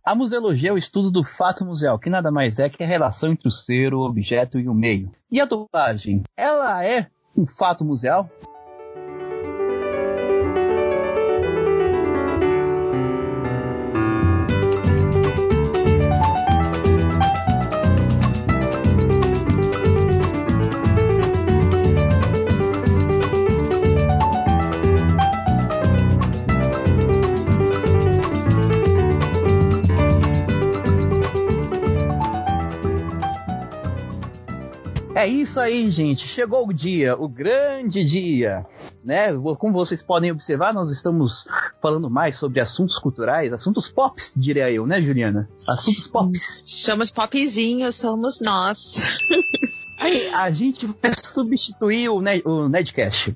A museologia é o estudo do fato museal, que nada mais é que a relação entre o ser, o objeto e o meio. E a dublagem, ela é um fato museal? É isso aí, gente. Chegou o dia, o grande dia, né? Como vocês podem observar, nós estamos falando mais sobre assuntos culturais, assuntos pops, diria eu, né, Juliana? Assuntos pops. Somos popzinhos, somos nós. Aí, a gente vai substituir o Nerdcast.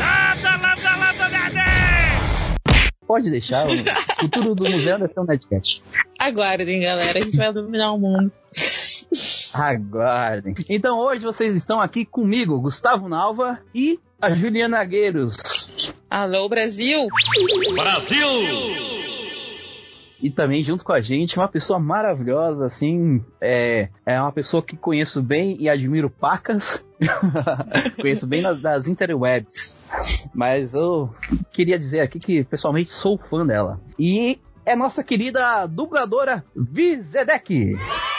Pode deixar, o futuro do museu vai ser um Nerdcast. Aguardem, galera, a gente vai dominar o mundo. Aguardem. Então hoje vocês estão aqui comigo, Gustavo Nalva e a Juliana Gueiros. Alô, Brasil! Brasil! E também junto com a gente uma pessoa maravilhosa, assim, é uma pessoa que conheço bem e admiro pacas. Conheço bem das interwebs. Mas eu queria dizer aqui que pessoalmente sou fã dela. E é nossa querida dubladora Vizedek.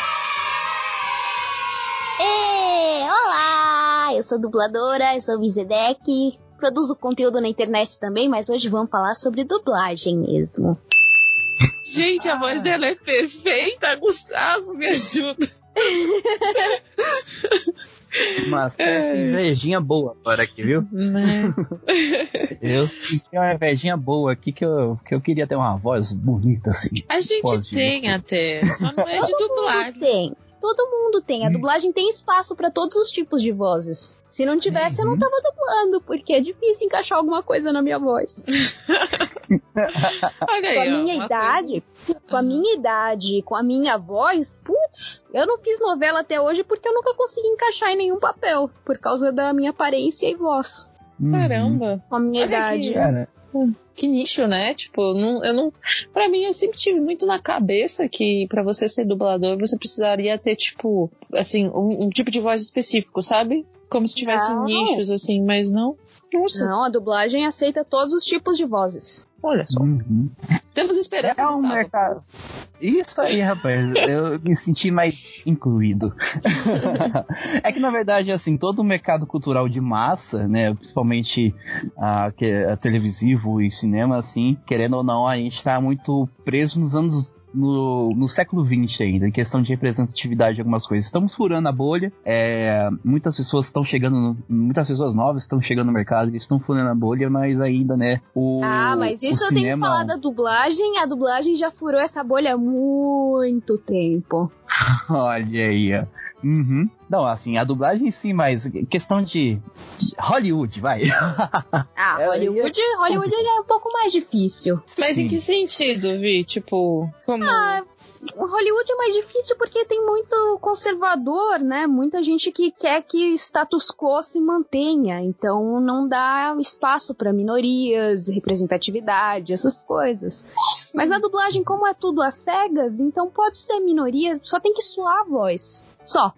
Olá, eu sou dubladora, eu sou Vizedek, produzo conteúdo na internet também, mas hoje vamos falar sobre dublagem mesmo. Gente, a voz dela é perfeita, Gustavo, me ajuda. Uma invejinha boa agora aqui, viu? Né? Eu senti uma invejinha boa aqui que eu queria ter uma voz bonita assim. A gente tem até, só não é de dublagem. Todo mundo tem. A dublagem tem espaço pra todos os tipos de vozes. Se não tivesse, eu não tava dublando, porque é difícil encaixar alguma coisa na minha voz. Olha aí, com a minha idade, com a minha voz, putz, eu não fiz novela até hoje porque eu nunca consegui encaixar em nenhum papel, por causa da minha aparência e voz. Caramba. Com a minha idade. Que nicho, né? Tipo, pra mim, eu sempre tive muito na cabeça que pra você ser dublador, você precisaria ter, tipo, assim, um tipo de voz específico, sabe? Como se tivesse nichos, assim, mas não. Nossa. Não, a dublagem aceita todos os tipos de vozes. Olha só. Temos esperança, um mercado. Isso aí, rapaz. Eu me senti mais incluído. É que, na verdade, assim, todo o mercado cultural de massa, né, principalmente a televisivo e cinema, assim, querendo ou não, a gente tá muito preso no século XX ainda, em questão de representatividade de algumas coisas. Estamos furando a bolha, muitas pessoas estão chegando, muitas pessoas novas estão chegando no mercado, eles estão furando a bolha, mas ainda, né, mas isso eu tenho que falar da dublagem, a dublagem já furou essa bolha há muito tempo. Olha aí, ó. Não, assim, a dublagem sim, mas questão de Hollywood, vai. Hollywood é um pouco mais difícil. Mas em que sentido, Vi? Tipo, como... Hollywood é mais difícil porque tem muito conservador, né? Muita gente que quer que status quo se mantenha. Então não dá espaço para minorias, representatividade, essas coisas. Mas a dublagem, como é tudo às cegas, então pode ser minoria, só tem que suar a voz. Só.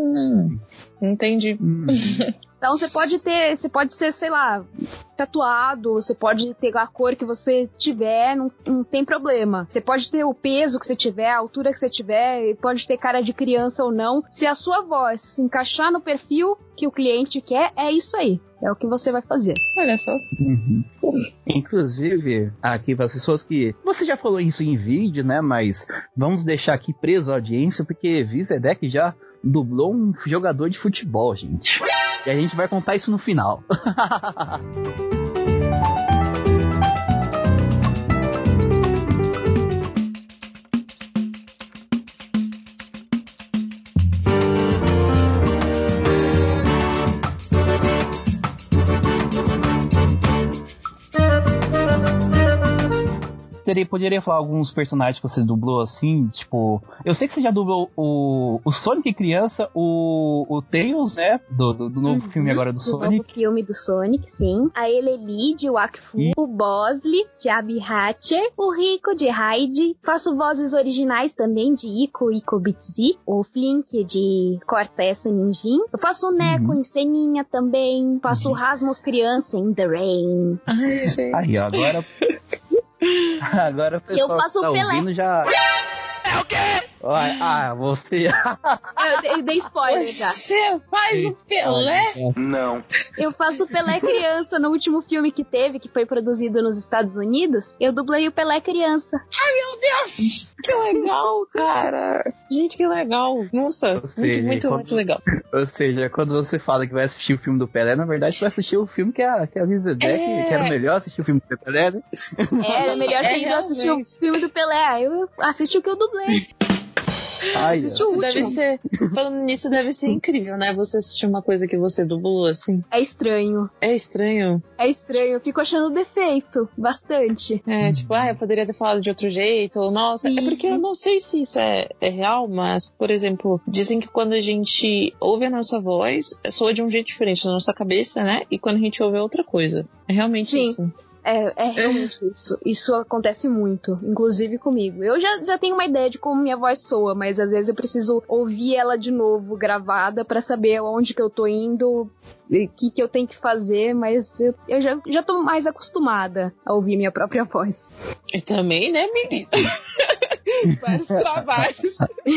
Entendi. Então você pode ser, sei lá, tatuado, você pode ter a cor que você tiver, não tem problema. Você pode ter o peso que você tiver, a altura que você tiver, pode ter cara de criança ou não. Se a sua voz se encaixar no perfil que o cliente quer, é isso aí. É o que você vai fazer. Olha só. Inclusive, aqui para as pessoas que... Você já falou isso em vídeo, né? Mas vamos deixar aqui preso a audiência, porque Vizedek já dublou um jogador de futebol, gente. E a gente vai contar isso no final. poderia falar alguns personagens que você dublou assim, tipo... Eu sei que você já dublou o Sonic criança, o Tails, né? Do novo filme agora do Sonic. Novo filme do Sonic, sim. A Eleli de Wakfu, o Bosley de Abby Hatcher, o Rico de Hyde. Faço vozes originais também de Ico Bitsy, o Flink de Cortessa Ninjin. Eu faço o Neko em Seninha também. Faço o Rasmus criança em The Rain. Ai, gente. Aí, ó, agora o pessoal faço que tá o Pelé. ouvindo já... É o quê? Você... Eu dei spoiler já. Você faz o Pelé? Não. Eu faço o Pelé criança no último filme que teve, que foi produzido nos Estados Unidos. Eu dublei o Pelé criança. Ai, meu Deus! Que legal, cara! Gente, que legal! Nossa, muito legal. Ou seja, quando você fala que vai assistir o filme do Pelé, na verdade você vai assistir o filme que a Vizedec, que era melhor assistir o filme do Pelé, né? Era melhor ter ido assistir o filme do Pelé. Eu assisti o que eu dublei. Ai, falando nisso, deve ser incrível, né? Você assistir uma coisa que você dublou, assim. É estranho. É estranho? É estranho, eu fico achando defeito, bastante. Tipo, eu poderia ter falado de outro jeito, ou nossa, é porque eu não sei se isso é real, mas, por exemplo, dizem que quando a gente ouve a nossa voz, soa de um jeito diferente na nossa cabeça, né? E quando a gente ouve é outra coisa. É realmente isso. É realmente isso. Isso acontece muito, inclusive comigo. Eu já tenho uma ideia de como minha voz soa, mas às vezes eu preciso ouvir ela de novo, gravada, pra saber onde que eu tô indo, o que eu tenho que fazer, mas eu já tô mais acostumada a ouvir minha própria voz. E também, né, Melissa? Vários trabalhos.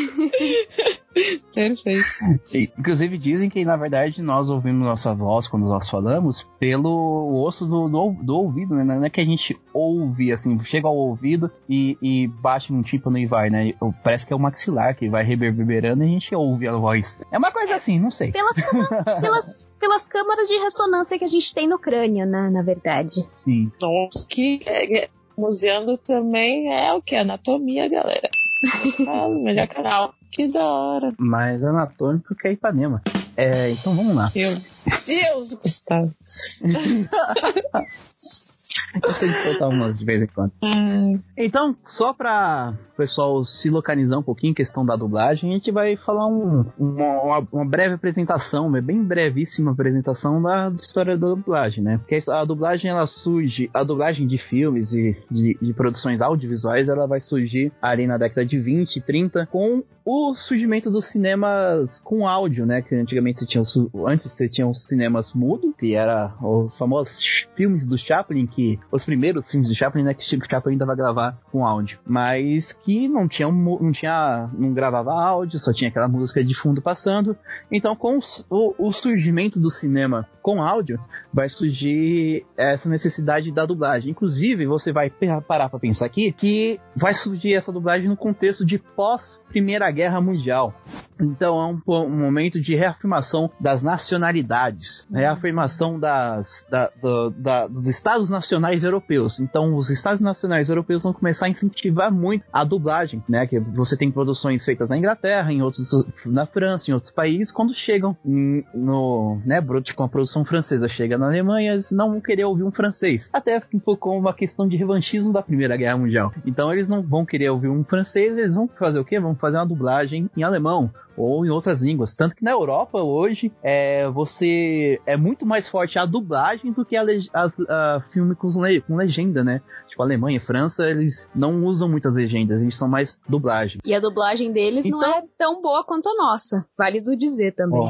Perfeito. Inclusive dizem que, na verdade, nós ouvimos nossa voz quando nós falamos pelo osso do ouvido, né? Não é que a gente ouve, assim, chega ao ouvido e bate num tímpano e vai, né? Parece que é o maxilar que vai reverberando e a gente ouve a voz. É uma coisa assim, não sei. Pelas câmaras de ressonância que a gente tem no crânio, né? Na verdade. Sim. Nossa, que... Museando também é o que? Anatomia, galera. Melhor canal. Que da hora. Mais anatômico que a Ipanema. Então vamos lá. Meu Deus, Gustavo. Eu tenho que soltar umas de vez em quando. Então, só pra o pessoal se localizar um pouquinho em questão da dublagem, a gente vai falar uma breve apresentação, uma bem brevíssima apresentação da história da dublagem, né? Porque a dublagem, ela surge, a dublagem de filmes e de produções audiovisuais, ela vai surgir ali na década de 20, 30, com o surgimento dos cinemas com áudio, né? Que antigamente antes você tinha os cinemas mudos, que era os famosos filmes do Chaplin, que os primeiros filmes do Chaplin, né? Que o Chaplin ainda vai gravar com áudio, mas que não gravava áudio, só tinha aquela música de fundo passando. Então, com o surgimento do cinema com áudio, vai surgir essa necessidade da dublagem. Inclusive, você vai parar pra pensar aqui que vai surgir essa dublagem no contexto de pós-Primeira Guerra Mundial. Então é um momento de reafirmação das nacionalidades, reafirmação dos Estados Nacionais Europeus. Então os Estados Nacionais Europeus vão começar a incentivar muito a dublagem, né? Que você tem produções feitas na Inglaterra, em outros, na França, em outros países, quando chegam tipo uma produção francesa chega na Alemanha, eles não vão querer ouvir um francês. Até com uma questão de revanchismo da Primeira Guerra Mundial. Então eles não vão querer ouvir um francês, eles vão fazer o quê? Vão fazer uma dublagem em alemão ou em outras línguas. Tanto que na Europa hoje é muito mais forte a dublagem do que a filme com legenda, né? Tipo, Alemanha e França, eles não usam muitas legendas, eles são mais dublagem. E a dublagem deles não é tão boa quanto a nossa, válido dizer também.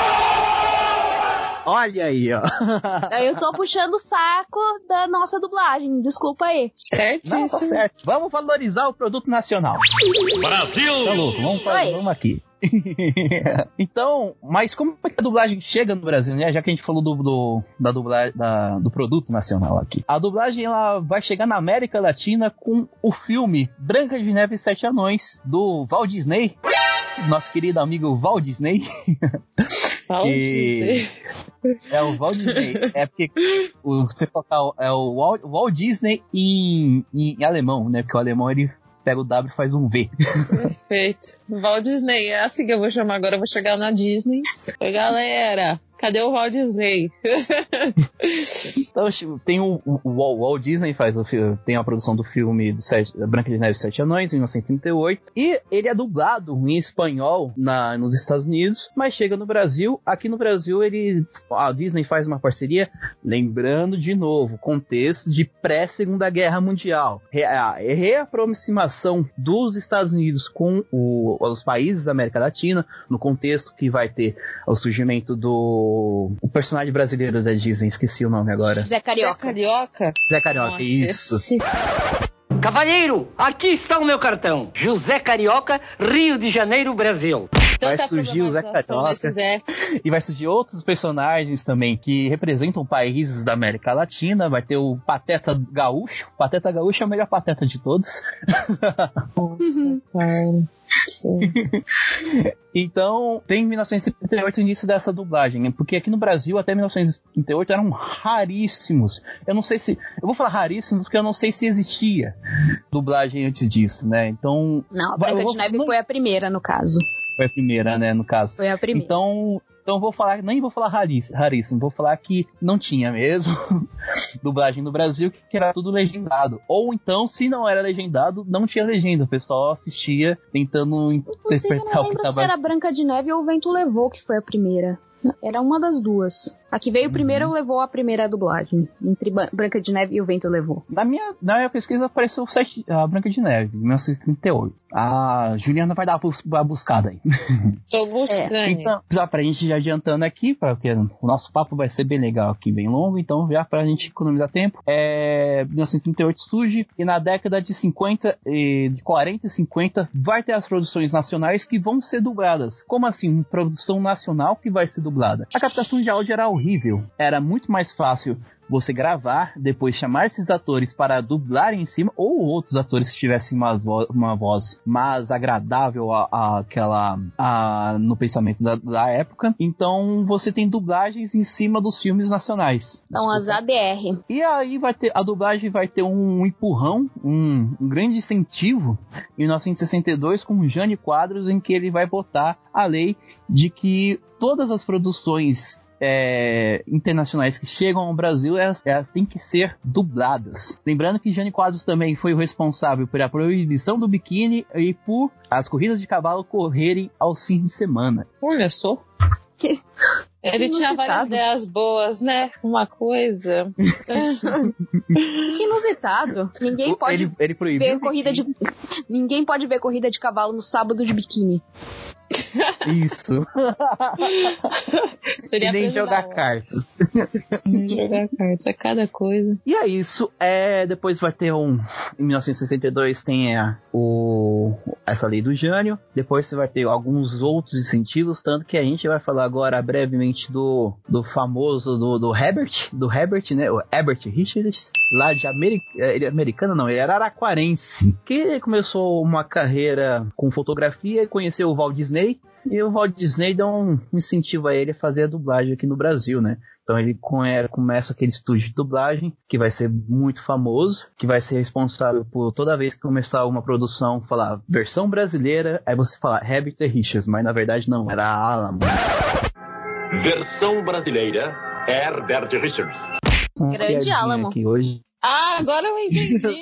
Olha aí, ó. Eu tô puxando o saco da nossa dublagem, desculpa aí. Certo? Não, tá certo. Vamos valorizar o produto nacional. Brasil! Tá louco, vamos aqui. Então, mas como é que a dublagem chega no Brasil, né? Já que a gente falou do produto nacional aqui. A dublagem, ela vai chegar na América Latina com o filme Branca de Neve e Sete Anões, do Walt Disney. Nosso querido amigo Walt Disney. Disney. É o Walt Disney. É porque você colocar o Walt Disney em alemão, né? Porque o alemão ele pega o W e faz um V. Perfeito. Walt Disney, é assim que eu vou chamar agora. Eu vou chegar na Disney. Oi, galera. Cadê o Walt Disney? Então, tem o Walt Disney faz o filme, tem a produção do filme Branca de Neve e os Sete Anões, em 1938, e ele é dublado em espanhol nos Estados Unidos, mas chega no Brasil. Aqui no Brasil, a Disney faz uma parceria, lembrando de novo, contexto de pré-Segunda Guerra Mundial. A reaproximação dos Estados Unidos com os países da América Latina, no contexto que vai ter o surgimento o personagem brasileiro da Disney, esqueci o nome agora. Zé Carioca. Zé Carioca, nossa, isso. Cavalheiro, aqui está o meu cartão. José Carioca, Rio de Janeiro, Brasil. Vai surgir o Zé Carioca e vai surgir outros personagens também que representam países da América Latina. Vai ter o Pateta Gaúcho. Pateta Gaúcho é o melhor pateta de todos. Nossa, cara. Então, tem 1938 o início dessa dublagem, né? Porque aqui no Brasil, até 1938, eram raríssimos. Eu não sei se... Eu vou falar raríssimos porque eu não sei se existia dublagem antes disso, né? Então... Não, a Branca de Neve foi a primeira, no caso. Foi a primeira, né, no caso. Foi a primeira. Então nem vou falar raríssimo, vou falar que não tinha mesmo dublagem no Brasil, que era tudo legendado. Ou então, se não era legendado, não tinha legenda. O pessoal assistia tentando interpretar o que tava... Eu não lembro se era Branca de Neve ou O Vento Levou, que foi a primeira. Era uma das duas. A que veio primeiro levou a primeira dublagem. Entre Branca de Neve e O Vento Levou. Na minha pesquisa apareceu a Branca de Neve, de 1938. A Juliana vai dar uma buscada aí. Tô buscando. Então, já pra gente já adiantando aqui, porque o nosso papo vai ser bem legal aqui, bem longo, então já pra gente economizar tempo. 1938 surge, e na década de 40 e 50 vai ter as produções nacionais que vão ser dubladas. Como assim? Produção nacional que vai ser dublada. A captação de áudio era horrível. Era muito mais fácil você gravar, depois chamar esses atores para dublarem em cima, ou outros atores que tivessem uma voz mais agradável no pensamento da época. Então você tem dublagens em cima dos filmes nacionais. São as ADR. E aí a dublagem vai ter um empurrão, um grande incentivo em 1962 com o Jânio Quadros, em que ele vai botar a lei de que todas as produções internacionais que chegam ao Brasil, elas têm que ser dubladas. Lembrando que Jânio Quadros também foi o responsável pela proibição do biquíni e por as corridas de cavalo correrem aos fins de semana. Olha só. Ele tinha várias ideias boas, né? Uma coisa. Que inusitado. Ninguém pode ver Ninguém pode ver corrida de cavalo no sábado de biquíni. Isso. Seria e nem jogar cartas. Jogar cartas, é cada coisa. E é isso. Depois vai ter em 1962 tem essa lei do Jânio. Depois você vai ter alguns outros incentivos, tanto que a gente vai falar agora brevemente do famoso do Herbert, né? O Herbert Richards, lá de ele é americano, não, ele era araquarense, que começou uma carreira com fotografia e conheceu o Walt Disney. E o Walt Disney deu um incentivo a ele a fazer a dublagem aqui no Brasil, né? Então ele começa aquele estúdio de dublagem, que vai ser muito famoso, que vai ser responsável por toda vez que começar uma produção, falar versão brasileira, aí você fala Herbert Richards, mas na verdade não, era a Alamo. Versão brasileira, Herbert Richards. Grande Alamo. Aqui hoje. Ah, agora eu entendi.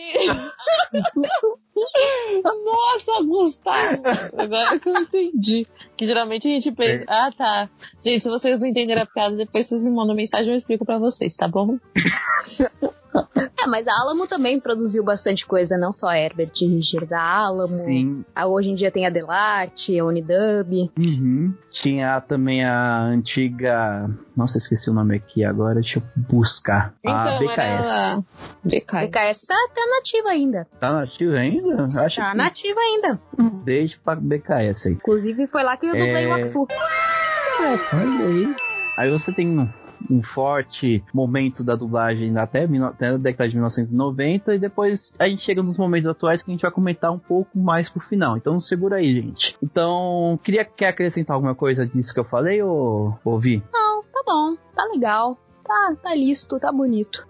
Nossa, Gustavo. Agora que eu entendi. Que geralmente a gente pensa... Ah, tá. Gente, se vocês não entenderem a piada, depois vocês me mandam mensagem e eu explico pra vocês, tá bom? Mas a Alamo também produziu bastante coisa, não só a Herbert Richards, a Alamo. Sim. Hoje em dia tem a Delarte, a Unidub. Uhum. Tinha também a antiga... Nossa, esqueci o nome aqui agora, deixa eu buscar. Então, a BKS. BKS tá nativa ainda. Tá nativa ainda? Acho tá que... nativa ainda. Desde pra BKS aí. Inclusive foi lá que eu dublei o Akfu. Olha aí. Aí você tem um forte momento da dublagem até a década de 1990, e depois a gente chega nos momentos atuais que a gente vai comentar um pouco mais pro final. Então segura aí, gente. Então, quer acrescentar alguma coisa disso que eu falei, ou Vi? Não, tá bom, tá legal. Tá listo, tá bonito.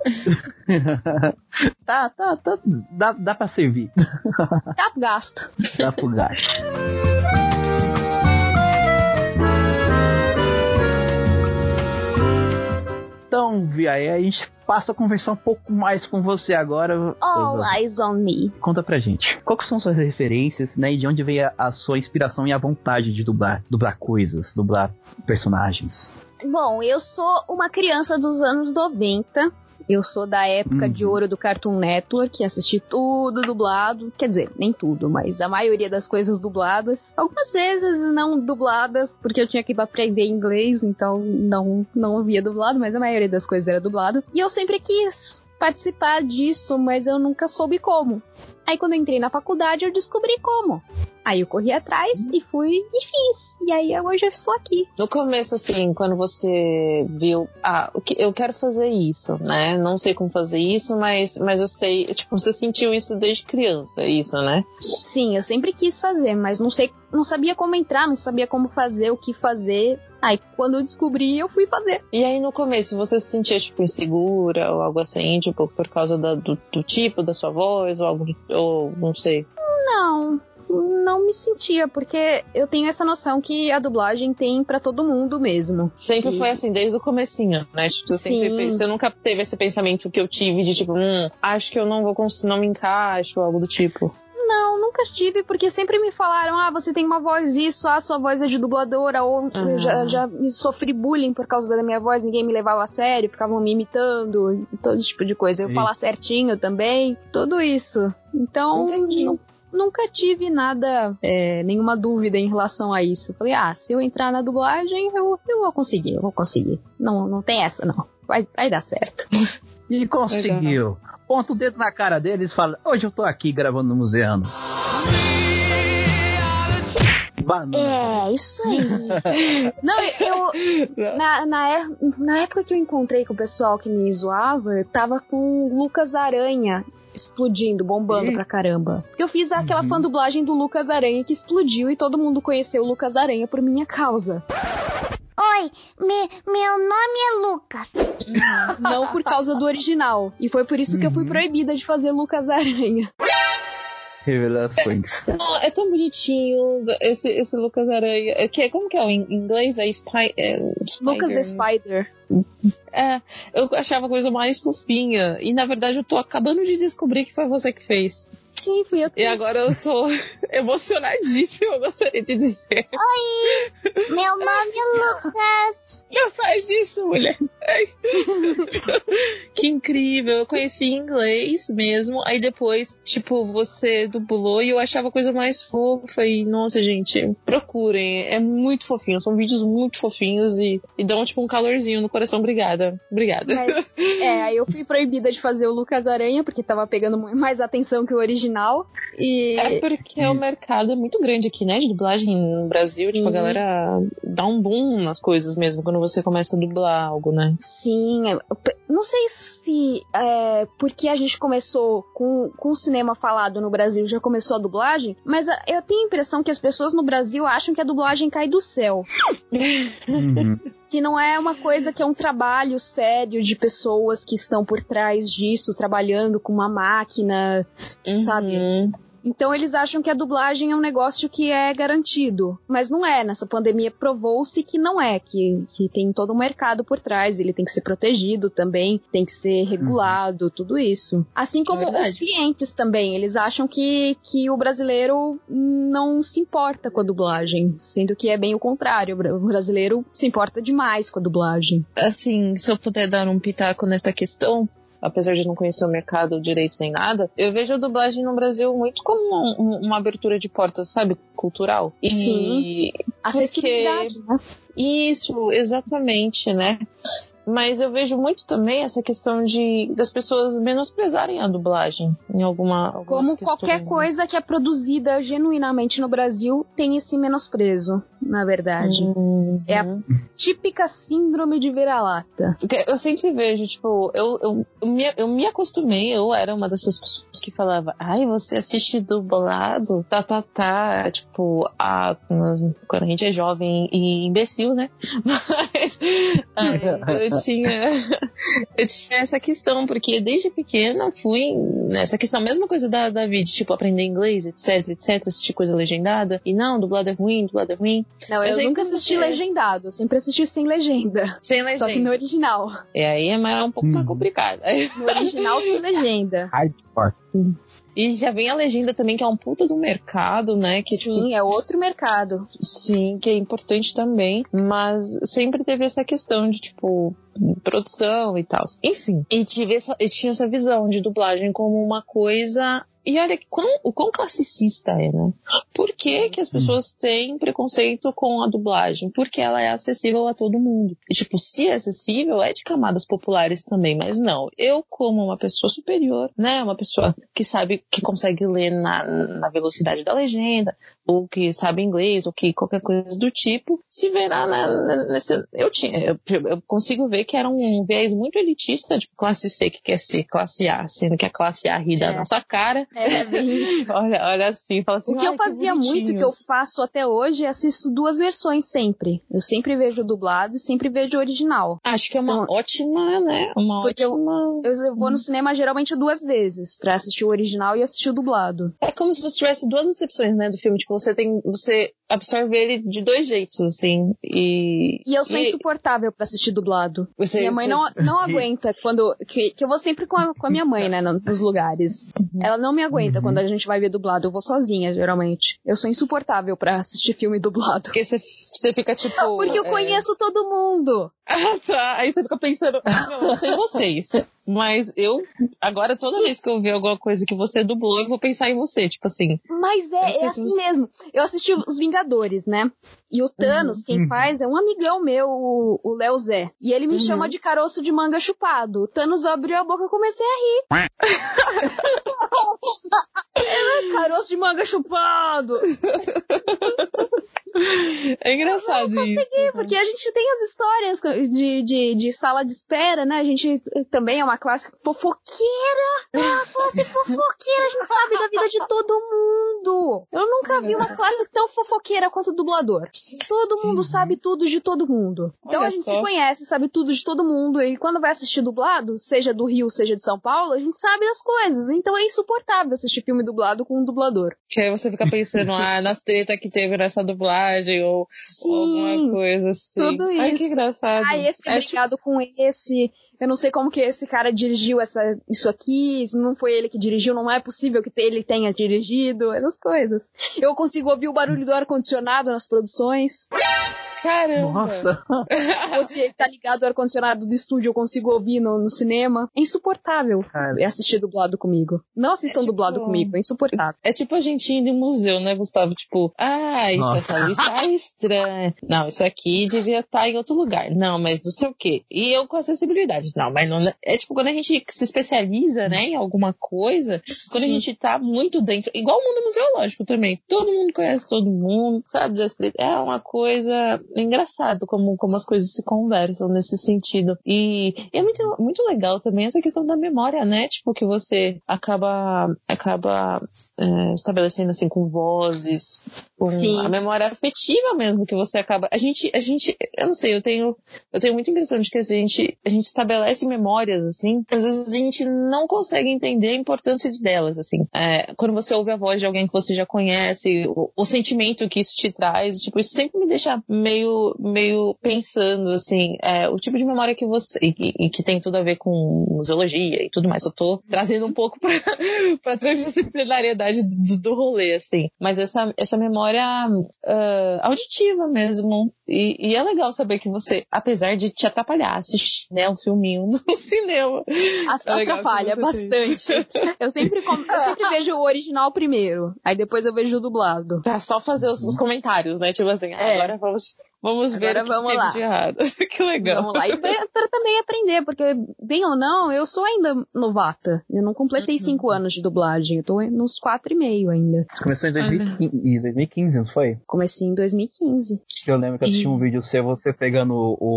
Dá pra servir. Dá pro gasto. Dá pro gasto. Então, Via, aí a gente passa a conversar um pouco mais com você agora. All eyes on me. Conta pra gente, quais são suas referências, né? E de onde veio a sua inspiração e a vontade de dublar coisas, dublar personagens? Bom, eu sou uma criança dos anos 90. Eu sou da época de ouro do Cartoon Network, que assisti tudo dublado. Quer dizer, nem tudo, mas a maioria das coisas dubladas. Algumas vezes não dubladas, porque eu tinha que aprender inglês, então não ouvia dublado, mas a maioria das coisas era dublado. E eu sempre quis participar disso, mas eu nunca soube como. Aí quando eu entrei na faculdade, eu descobri como. Aí eu corri atrás e fui e fiz. E aí hoje eu estou aqui. No começo, assim, quando você viu, eu quero fazer isso, né? Não sei como fazer isso, mas eu sei, tipo, você sentiu isso desde criança, isso, né? Sim, eu sempre quis fazer, mas não sabia como entrar, não sabia como fazer, o que fazer. Aí quando eu descobri, eu fui fazer. E aí no começo, você se sentia, tipo, insegura ou algo assim, tipo, por causa do tipo da sua voz ou algo, ou não sei? Não me sentia, porque eu tenho essa noção que a dublagem tem pra todo mundo mesmo. Sempre foi assim, desde o comecinho, né? Tipo, você nunca teve esse pensamento que eu tive de tipo, acho que eu não vou conseguir, não me encaixo, ou algo do tipo. Não, nunca tive, porque sempre me falaram, você tem uma voz isso, sua voz é de dubladora, ou eu já sofri bullying por causa da minha voz, ninguém me levava a sério, ficavam me imitando, todo tipo de coisa. Eu falar certinho também, tudo isso. Então, nunca tive nada, nenhuma dúvida em relação a isso. Falei, se eu entrar na dublagem, eu vou conseguir, Não tem essa, não. Vai dar certo. E conseguiu. Ponta o dedo na cara deles e fala, hoje eu tô aqui gravando no Museano. Banana. Isso aí. Não, na época que eu encontrei com o pessoal que me zoava, eu tava com o Lucas Aranha explodindo, bombando pra caramba. Porque eu fiz aquela fã dublagem do Lucas Aranha que explodiu e todo mundo conheceu o Lucas Aranha por minha causa. Oi, meu nome é Lucas. Não por causa do original. E foi por isso que eu fui proibida de fazer Lucas Aranha. Revelações. É tão bonitinho esse Lucas Aranha. Como que é em inglês? Lucas the Spider. Eu achava a coisa mais fofinha. E na verdade eu tô acabando de descobrir que foi você que fez. Sim, fui eu que E agora eu tô emocionadíssima, eu gostaria de dizer. Oi, meu nome é Lucas. Não faz isso, mulher. Que incrível. Eu conheci em inglês mesmo, aí depois, tipo, você dublou e eu achava a coisa mais fofa. E, nossa, gente, procurem. É muito fofinho, são vídeos muito fofinhos e dão, tipo, um calorzinho no coração. Obrigada. Mas, aí eu fui proibida de fazer o Lucas Aranha, porque tava pegando mais atenção que o original. E... É porque o mercado é muito grande aqui, né, de dublagem no Brasil, tipo, a galera dá um boom nas coisas mesmo quando você começa a dublar algo, né? Sim, não sei se porque a gente começou com o cinema falado no Brasil, já começou a dublagem, mas eu tenho a impressão que as pessoas no Brasil acham que a dublagem cai do céu. Que não é uma coisa que é um trabalho sério de pessoas que estão por trás disso, trabalhando com uma máquina, sabe? Então eles acham que a dublagem é um negócio que é garantido, mas não é. Nessa pandemia provou-se que não é, que tem todo um mercado por trás, ele tem que ser protegido também, tem que ser regulado, tudo isso. Assim como os clientes também, eles acham que o brasileiro não se importa com a dublagem, sendo que é bem o contrário, o brasileiro se importa demais com a dublagem. Assim, se eu puder dar um pitaco nessa questão, apesar de não conhecer o mercado direito nem nada, eu vejo a dublagem no Brasil muito como uma abertura de portas, sabe, cultural. Sim, acessibilidade, né? Isso, exatamente, né? Mas eu vejo muito também essa questão das pessoas menosprezarem a dublagem em algumas como questões, qualquer coisa que é produzida genuinamente no Brasil tem esse menosprezo, na verdade. É a típica síndrome de vira-lata. Eu sempre vejo, tipo, eu me acostumei, eu era uma dessas pessoas que falava, você assiste dublado? Tipo, quando a gente é jovem e imbecil, né? eu tinha essa questão, porque desde pequena fui nessa questão, mesma coisa da David, tipo, aprender inglês, etc, assistir coisa legendada, e não, dublado é ruim. Não, eu nunca assisti legendado, eu sempre assisti sem legenda. Sem legenda. Só que no original. E aí é um pouco mais complicado. No original, sem legenda. E já vem a legenda também, que é um puta do mercado, né? Que, sim, tipo, é outro mercado. Sim, que é importante também. Mas sempre teve essa questão de, tipo, produção e tal. Enfim, e tinha essa visão de dublagem como uma coisa... E olha, o quão classicista é, né? Por que as pessoas têm preconceito com a dublagem? Porque ela é acessível a todo mundo. E, tipo, se é acessível, é de camadas populares também. Mas não, eu como uma pessoa superior, né? Uma pessoa que sabe, que consegue ler na velocidade da legenda, ou que sabe inglês, ou que qualquer coisa do tipo, se verá nesse... Eu consigo ver que era um viés muito elitista, tipo, classe C que quer ser classe A, sendo que a classe A ri da nossa cara. É, bem isso. Olha assim, fala assim. O que eu fazia muito, que eu faço até hoje, é assisto duas versões sempre. Eu sempre vejo o dublado e sempre vejo o original. Acho que é uma ótima, né? Porque ótima... eu vou no cinema geralmente 2 vezes, pra assistir o original e assistir o dublado. É como se você tivesse 2 recepções, né, do filme. Tipo, você absorve ele de 2 jeitos, assim. E eu sou insuportável pra assistir dublado. Minha mãe não aguenta quando... Que eu vou sempre com a minha mãe, né, nos lugares. Ela não me aguenta quando a gente vai ver dublado. Eu vou sozinha, geralmente. Eu sou insuportável pra assistir filme dublado. Porque você fica tipo... Porque eu conheço todo mundo. Ah, tá. Aí você fica pensando... eu não sei vocês, mas agora toda vez que eu ver alguma coisa que você dublou, eu vou pensar em você, tipo assim. Mas é assim mesmo. Eu assisti Os Vingadores, né? E o Thanos, quem faz, é um amigão meu, o Léo Zé. E ele me chama de caroço de manga chupado. O Thanos abriu a boca e eu comecei a rir. Caroço de manga chupado. É engraçado isso. Eu consegui, porque a gente tem as histórias de sala de espera, né? A gente também é uma classe fofoqueira. Uma classe fofoqueira, a gente sabe da vida de todo mundo. Eu nunca vi uma classe tão fofoqueira quanto o dublador. Todo mundo sabe tudo de todo mundo. Então a gente se conhece, sabe tudo de todo mundo. E quando vai assistir dublado, seja do Rio, seja de São Paulo, a gente sabe das coisas. Então é insuportável assistir filme dublado com um dublador. Que aí você fica pensando, nas tretas que teve nessa dublagem, ou alguma coisa assim. Tudo isso. Ai, que engraçado. Esse brigado com esse... Eu não sei como que esse cara dirigiu isso aqui, se não foi ele que dirigiu, não é possível que ele tenha dirigido, essas coisas. Eu consigo ouvir o barulho do ar-condicionado nas produções. Caramba! Nossa! Ou se tá ligado o ar-condicionado do estúdio, eu consigo ouvir no cinema. É insuportável assistir dublado comigo. Não assistam dublado comigo, é insuportável. É tipo a gente indo em museu, né, Gustavo? Tipo, essa luz tá estranha. Não, isso aqui devia estar em outro lugar. Não, mas não sei o quê. E eu com acessibilidade. Não, mas não... É tipo quando a gente se especializa, né, em alguma coisa, quando a gente tá muito dentro. Igual o mundo museológico também. Todo mundo conhece todo mundo, sabe? É uma coisa... É engraçado como as coisas se conversam nesse sentido. E é muito, muito legal também essa questão da memória, né? Tipo, que você acaba estabelecendo assim com vozes, com a memória afetiva mesmo, que você acaba... A gente, eu não sei, eu tenho muita impressão de que a gente estabelece memórias, assim, às vezes a gente não consegue entender a importância delas, assim. Quando você ouve a voz de alguém que você já conhece, o sentimento que isso te traz, tipo, isso sempre me deixa meio pensando, assim, o tipo de memória que você... E que tem tudo a ver com museologia e tudo mais. Eu tô trazendo um pouco pra transdisciplinariedade do rolê, assim. Mas essa memória auditiva mesmo. E é legal saber que você, apesar de te atrapalhar, assistir, né, um filminho no cinema. Atrapalha bastante. Eu sempre vejo o original primeiro. Aí depois eu vejo o dublado. Pra só fazer os comentários, né? Tipo assim, agora vamos ver o que tem de errado. Que legal. Vamos lá. E pra também aprender, porque, bem ou não, eu sou ainda novata. Eu não completei 5 anos de dublagem. Eu tô nos 4,5 ainda. Você começou em 2015, não foi? Comecei em 2015. Eu lembro que eu assisti um vídeo seu, você pegando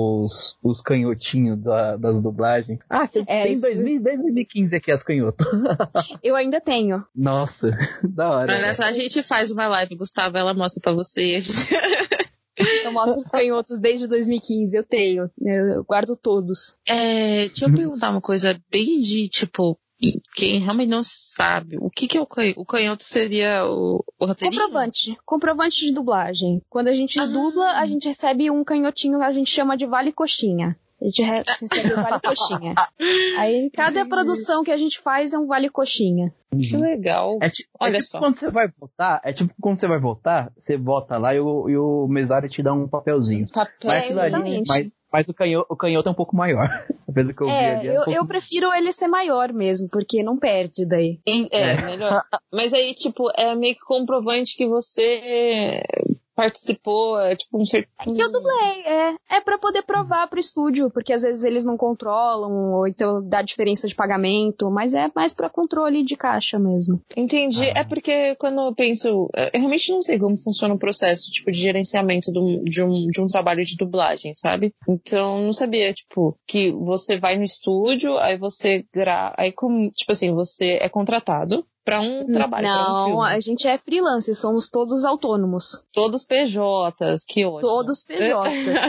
os canhotinhos das dublagens. Tem 2015 aqui as canhotas. Eu ainda tenho. Nossa, da hora. Olha só, a gente faz uma live, Gustavo, ela mostra pra você. Eu mostro os canhotos desde 2015, eu tenho. Eu guardo todos. Deixa eu perguntar uma coisa bem de, tipo, quem realmente não sabe, o que é o canhoto? O canhoto seria o roteirinho? Comprovante de dublagem. Quando a gente dubla, a gente recebe um canhotinho que a gente chama de vale coxinha. A gente recebe o vale coxinha. Aí cada produção que a gente faz é um vale coxinha. Que legal. Olha só. Quando você vai votar, você vota lá e o mesário te dá um papelzinho. Mas o canhoto é um pouco maior. Pelo que eu vi ali. Eu prefiro ele ser maior mesmo, porque não perde daí. Melhor. Mas aí, tipo, é meio que comprovante que você participou, tipo um certo... Que eu dublei, é pra poder provar pro estúdio, porque às vezes eles não controlam, ou então dá diferença de pagamento, mas é mais pra controle de caixa mesmo. Entendi, é porque quando eu penso, eu realmente não sei como funciona o processo, tipo, de gerenciamento de um trabalho de dublagem, sabe? Então, não sabia, tipo, que você vai no estúdio, aí você grava, aí como, tipo assim, você é contratado pra um trabalho, pra um filme. Não, a gente é freelancer, somos todos autônomos. Todos PJs, que ótimo. Todos PJs.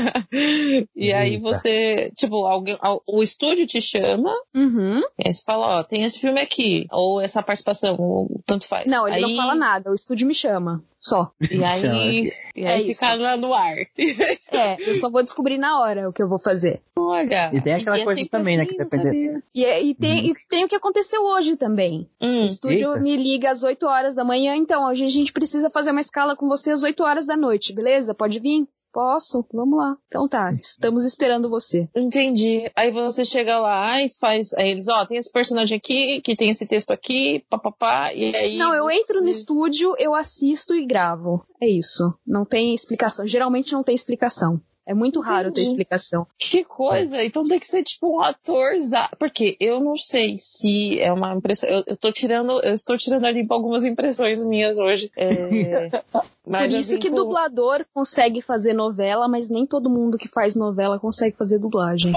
E aí você, tipo, o estúdio te chama, e aí você fala, ó, tem esse filme aqui, ou essa participação, ou tanto faz. Não, ele não fala nada, o estúdio me chama, só. E aí fica lá no ar. Eu só vou descobrir na hora o que eu vou fazer. Olha. E tem aquela coisa também, né, que depende... E tem o que aconteceu hoje também. O estúdio me liga às 8 horas da manhã, então hoje a gente precisa fazer uma escala com você às 8 horas da noite, beleza? Pode vir? Posso? Vamos lá. Então tá, estamos esperando você. Entendi. Aí você chega lá e faz... Aí eles, tem esse personagem aqui, que tem esse texto aqui, papapá, e aí... Não, eu entro no estúdio, eu assisto e gravo. É isso. Não tem explicação. Geralmente não tem explicação. É muito raro ter explicação. Que coisa! Então tem que ser tipo um ator... Porque eu não sei se é uma impressão... Eu estou tirando ali algumas impressões minhas hoje. Mas por isso que dublador consegue fazer novela, mas nem todo mundo que faz novela consegue fazer dublagem.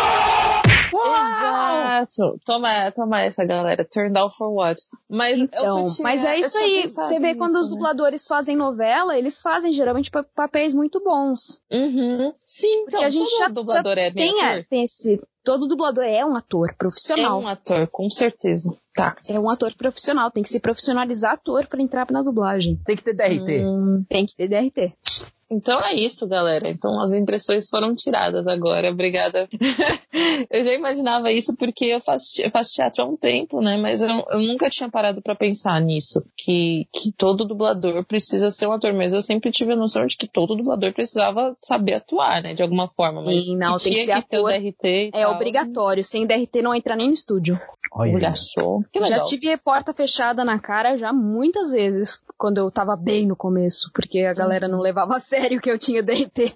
Exato! Toma essa, galera. Turn down for what? Mas é isso aí. Você vê quando os dubladores fazem novela, eles fazem geralmente papéis muito bons. Sim, porque a gente todo dublador é bem ator. Todo dublador é um ator profissional. É um ator, com certeza. Tá. É um ator profissional, tem que se profissionalizar ator pra entrar na dublagem. Tem que ter DRT. Tem que ter DRT. Então é isso, galera. Então as impressões foram tiradas agora. Obrigada. Eu já imaginava isso porque eu faço teatro há um tempo, né? Mas eu nunca tinha parado pra pensar nisso. Que todo dublador precisa ser um ator. Mas eu sempre tive a noção de que todo dublador precisava saber atuar, né? De alguma forma. Mas não, tem que ser ator. Ter o DRT é obrigatório. Sem DRT não entra nem no estúdio. Olha só. Que legal. Já tive porta fechada na cara já muitas vezes. Quando eu tava bem no começo. Porque a galera não levava a sério que eu tinha DRT.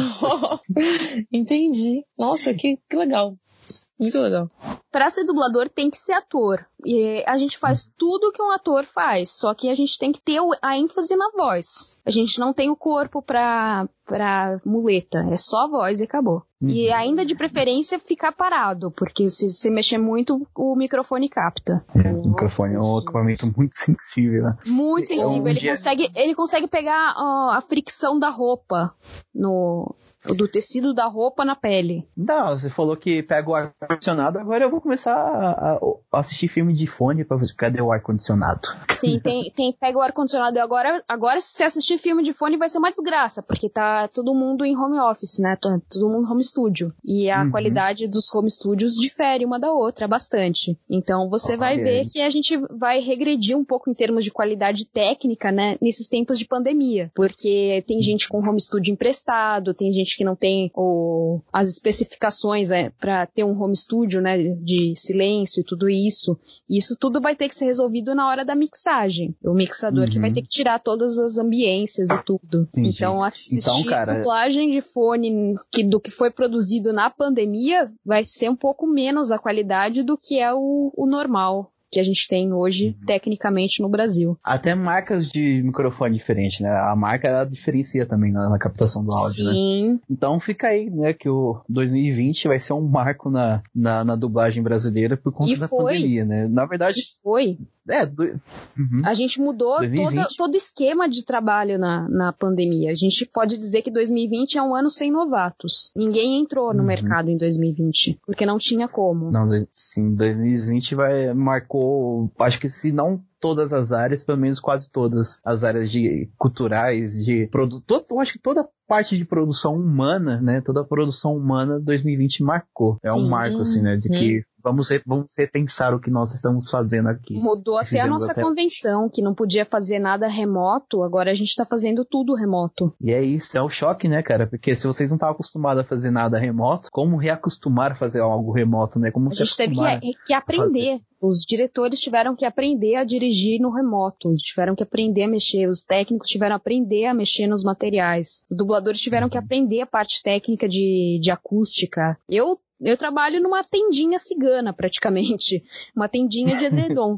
Entendi. Nossa, que legal. Muito legal. Pra ser dublador tem que ser ator. E a gente faz tudo que um ator faz, só que a gente tem que ter a ênfase na voz. A gente não tem o corpo pra muleta, é só a voz e acabou. E ainda de preferência ficar parado, porque se você mexer muito, o microfone capta. O microfone é um equipamento muito sensível, né? Muito sensível. Ele consegue pegar a fricção da roupa do tecido da roupa na pele. Não, você falou que pega o ar-condicionado, agora eu vou começar a assistir filme de fone pra ver cadê o ar-condicionado. Sim, pega o ar-condicionado. Agora se você assistir filme de fone vai ser uma desgraça, porque tá todo mundo em home office, né? Todo mundo home studio. E a qualidade dos home studios difere uma da outra bastante. Então você vai ver que a gente vai regredir um pouco em termos de qualidade técnica, né? Nesses tempos de pandemia. Porque tem gente com home studio emprestado, tem gente que não tem as especificações para ter um home studio, né, de silêncio e tudo isso. E isso tudo vai ter que ser resolvido na hora da mixagem. O mixador que vai ter que tirar todas as ambiências e tudo. Entendi. Então assistir a dublagem de fone do que foi produzido na pandemia vai ser um pouco menos a qualidade do que é o normal que a gente tem hoje, tecnicamente, no Brasil. Até marcas de microfone diferentes, né? A marca, ela diferencia também na captação do áudio, Sim. Né? Então fica aí, né, que o 2020 vai ser um marco na dublagem brasileira por conta da pandemia, né? Na verdade... A gente mudou todo esquema de trabalho na pandemia. A gente pode dizer que 2020 é um ano sem novatos. Ninguém entrou no mercado em 2020, porque não tinha como. Não, sim, 2020 marcou, acho que se não todas as áreas, pelo menos quase todas as áreas culturais, eu acho que toda parte de produção humana, né, toda a produção humana 2020 marcou. É um marco, assim, né, de que vamos repensar o que nós estamos fazendo aqui. Mudou até a nossa convenção, que não podia fazer nada remoto, agora a gente tá fazendo tudo remoto. E é isso, é o choque, né, cara, porque se vocês não estavam acostumados a fazer nada remoto, como reacostumar a fazer algo remoto, né? Como a gente teve que aprender. Os diretores tiveram que aprender a dirigir no remoto, tiveram que aprender a mexer, os técnicos tiveram que aprender a mexer nos materiais, os dubladores tiveram que aprender a parte técnica de acústica. Eu trabalho numa tendinha cigana, praticamente. Uma tendinha de edredom.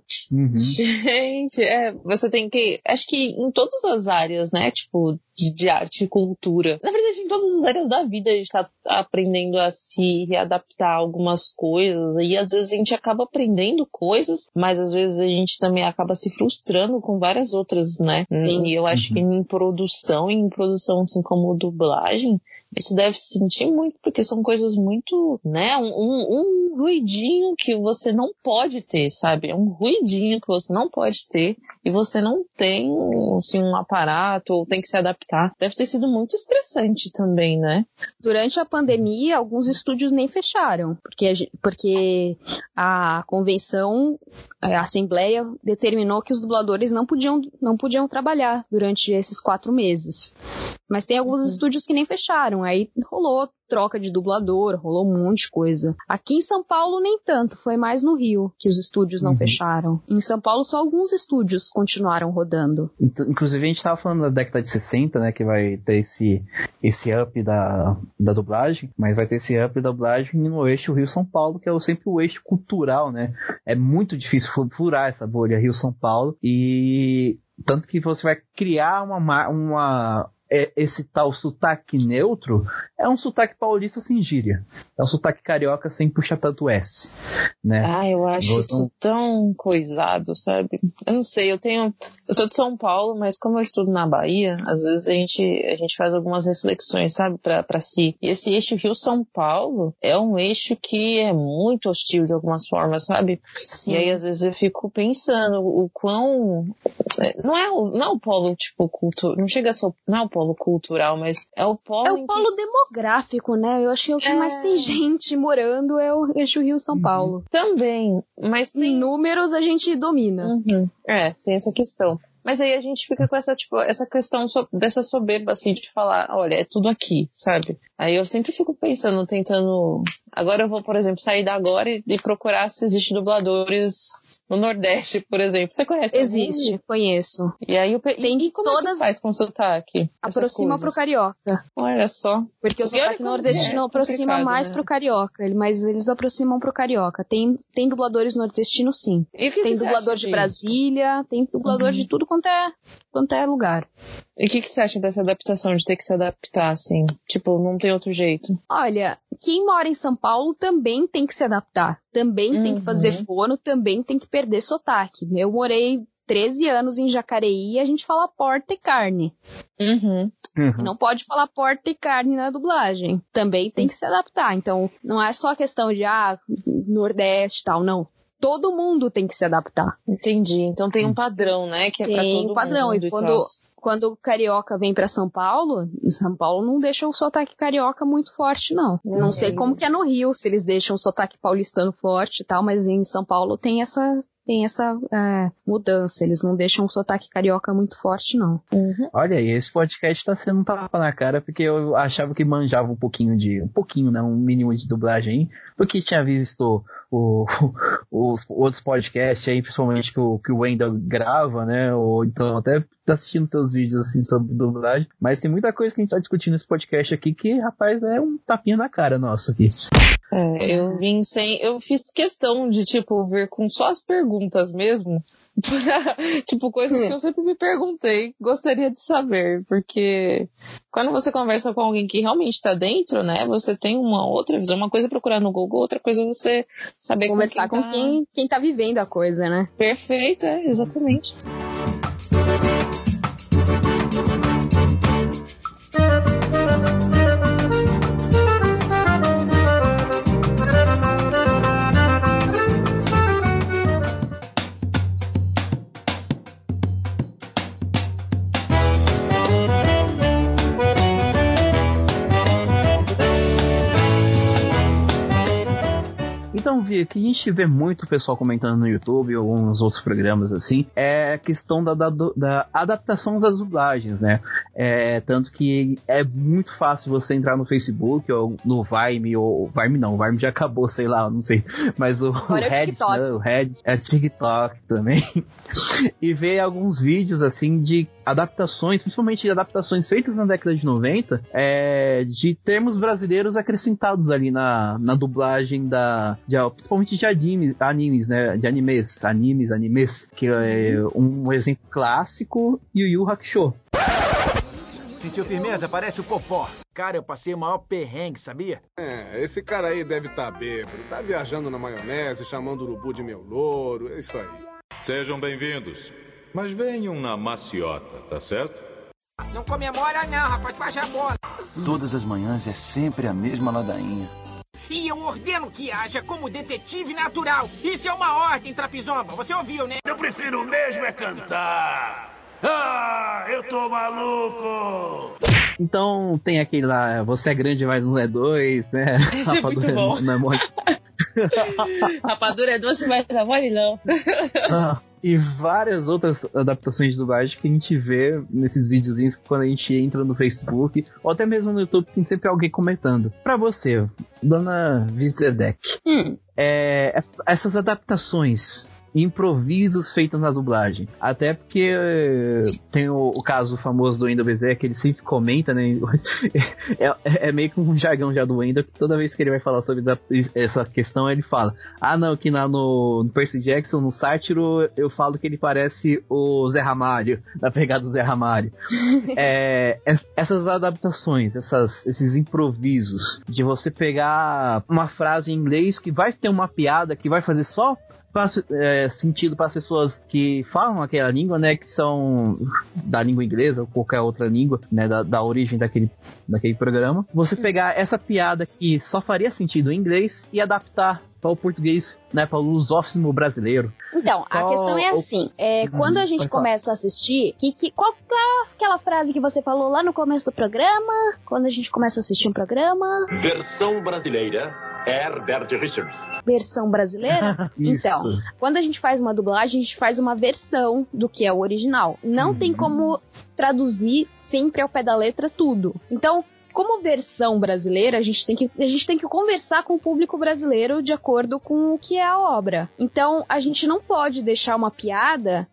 Gente, você tem que... Acho que em todas as áreas, né? Tipo, de arte e cultura. Na verdade, em todas as áreas da vida a gente tá aprendendo a se readaptar a algumas coisas. E às vezes a gente acaba aprendendo coisas, mas às vezes a gente também acaba se frustrando com várias outras, né? Sim. E eu acho que em produção assim como dublagem, isso deve se sentir muito, porque são coisas muito, né, um ruidinho que você não pode ter, sabe? É um ruidinho que você não pode ter e você não tem, assim, um aparato ou tem que se adaptar. Deve ter sido muito estressante também, né? Durante a pandemia, alguns estúdios nem fecharam, porque a convenção, a Assembleia determinou que os dubladores não podiam trabalhar durante esses 4 meses. Mas tem alguns estúdios que nem fecharam, aí rolou troca de dublador, rolou um monte de coisa. Aqui em São Paulo nem tanto, foi mais no Rio que os estúdios não fecharam. Em São Paulo só alguns estúdios continuaram rodando. Inclusive a gente tava falando da década de 60, né, que vai ter esse up da dublagem, mas vai ter esse up da dublagem no eixo Rio-São Paulo, que é sempre o eixo cultural, né? É muito difícil furar essa bolha Rio-São Paulo, e tanto que você vai criar esse tal sotaque neutro é um sotaque paulista sem gíria. É um sotaque carioca sem puxar tanto S, né? Eu acho isso tão coisado, sabe? Eu não sei, eu sou de São Paulo, mas como eu estudo na Bahia, às vezes a gente faz algumas reflexões, sabe, pra si. E esse eixo Rio-São Paulo é um eixo que é muito hostil de algumas formas, sabe? Sim. E aí às vezes eu fico pensando o quão... Não é o polo, tipo, cultura, não chega a ser não é o polo cultural, mas é o polo... É o polo demográfico, né? Eu acho que o que mais tem gente morando é o eixo Rio-São Paulo. Também, mas tem... Em números a gente domina. Tem essa questão. Mas aí a gente fica com essa questão dessa soberba, assim, de falar, olha, é tudo aqui, sabe? Aí eu sempre fico pensando, tentando... Agora eu vou, por exemplo, sair da agora e procurar se existem dubladores no Nordeste, por exemplo. Você conhece? Existe, conheço. E aí tem que como é que faz com sotaque? Aproxima pro carioca. Olha só. Porque o sotaque nordestino aproxima mais, né, pro carioca, mas eles aproximam pro carioca. Tem dubladores nordestinos, sim. Tem dublador de Brasília, tem dublador de tudo quanto é lugar. E o que você acha dessa adaptação, de ter que se adaptar, assim? Tipo, não tem outro jeito? Olha, quem mora em São Paulo também tem que se adaptar. Também tem que fazer fono, também tem que perder sotaque. Eu morei 13 anos em Jacareí e a gente fala porta e carne. E não pode falar porta e carne na dublagem. Também tem que se adaptar. Então, não é só questão de, Nordeste e tal, não. Todo mundo tem que se adaptar. Entendi. Então tem um padrão, né? Que é pra todo mundo. Tem um padrão. E quando o carioca vem pra São Paulo não deixa o sotaque carioca muito forte, não. Não sei como que é no Rio, se eles deixam o sotaque paulistano forte e tal, mas em São Paulo tem essa mudança. Eles não deixam o sotaque carioca muito forte, não. Olha aí, esse podcast tá sendo um tapa na cara, porque eu achava que manjava um pouquinho, né, um mínimo de dublagem, porque tinha visto os outros podcasts aí, principalmente que o Wendel grava, né, ou então até tá assistindo seus vídeos assim sobre dublagem, mas tem muita coisa que a gente tá discutindo nesse podcast aqui que, rapaz, é um tapinha na cara nosso aqui. Eu fiz questão de, tipo, vir com só as perguntas perguntas mesmo. Tipo, coisas que eu sempre me perguntei, gostaria de saber, porque quando você conversa com alguém que realmente tá dentro, né, você tem uma outra visão, uma coisa é procurar no Google, outra coisa é você saber conversar com quem tá vivendo a coisa, né? Perfeito, exatamente. Então, Vi, que a gente vê muito pessoal comentando no YouTube ou alguns outros programas assim, é a questão da adaptação das dublagens, né? Tanto que é muito fácil você entrar no Facebook ou no Vime, ou Vime não, o Vime já acabou, sei lá, não sei, mas o Reddit, né? O Reddit, TikTok também, e ver alguns vídeos assim de adaptações, principalmente adaptações feitas na década de 90, de termos brasileiros acrescentados ali na dublagem principalmente de animes, né? De animes, que é um exemplo clássico, Yu Yu Hakusho. Sentiu firmeza? Parece o Popó. Cara, eu passei o maior perrengue, sabia? Esse cara aí deve estar bêbado. Tá viajando na maionese, chamando o urubu de meu louro, é isso aí. Sejam bem-vindos. Mas venham na maciota, tá certo? Não comemora não, rapaz, baixa a bola. Todas as manhãs é sempre a mesma ladainha. E eu ordeno que haja como detetive natural. Isso é uma ordem, Trapizomba. Você ouviu, né? Eu prefiro mesmo é cantar. Ah, eu tô maluco. Então tem aquele lá, você é grande, mas não é dois, né? Esse é muito bom. Não é mole. Rapadura é doce, mas não é mole não. E várias outras adaptações de dublagem que a gente vê nesses videozinhos quando a gente entra no Facebook, ou até mesmo no YouTube, tem sempre alguém comentando. Pra você, Dona Vizedek, essas adaptações, improvisos feitos na dublagem, até porque tem o caso famoso do Wendell Bezerra, que ele sempre comenta, né? É meio que um jargão já do Wendell, que toda vez que ele vai falar sobre essa questão, ele fala, não, que no Percy Jackson, no Sátiro, eu falo que ele parece o Zé Ramalho, da pegada do Zé Ramalho. Essas adaptações, esses improvisos, de você pegar uma frase em inglês que vai ter uma piada, que vai fazer só sentido para as pessoas que falam aquela língua, né, que são da língua inglesa ou qualquer outra língua, né, da origem daquele programa. Você pegar essa piada que só faria sentido em inglês e adaptar para o português, né, para o lusófono brasileiro. Então, a questão é assim, quando a gente começa a assistir, qual é aquela frase que você falou lá no começo do programa, quando a gente começa a assistir um programa? Versão brasileira, Herbert Richards. Versão brasileira? Então, quando a gente faz uma dublagem, a gente faz uma versão do que é o original. Não tem como traduzir sempre ao pé da letra tudo. Então, como versão brasileira, a gente tem que conversar com o público brasileiro de acordo com o que é a obra. Então, a gente não pode deixar uma piada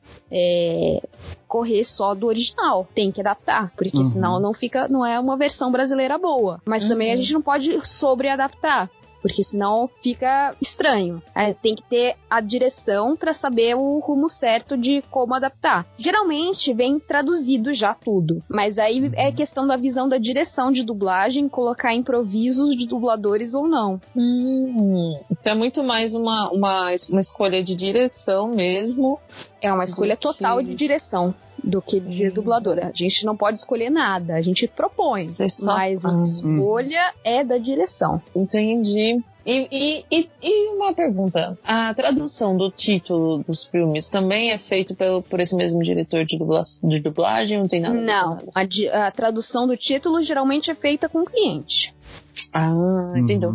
correr só do original. Tem que adaptar, porque senão não é uma versão brasileira boa. Mas também a gente não pode sobreadaptar, porque senão fica estranho. Tem que ter a direção para saber o rumo certo de como adaptar. Geralmente vem traduzido já tudo, mas aí é questão da visão da direção de dublagem, colocar improvisos de dubladores ou não. Então é muito mais uma escolha de direção mesmo. É uma escolha total de direção do que de dubladora. A gente não pode escolher nada, a gente propõe, mas a escolha é da direção. Entendi. E uma pergunta, a tradução do título dos filmes também é feito por esse mesmo diretor de dublagem? Não tem nada? Não, a tradução do título geralmente é feita com o cliente. Entendeu.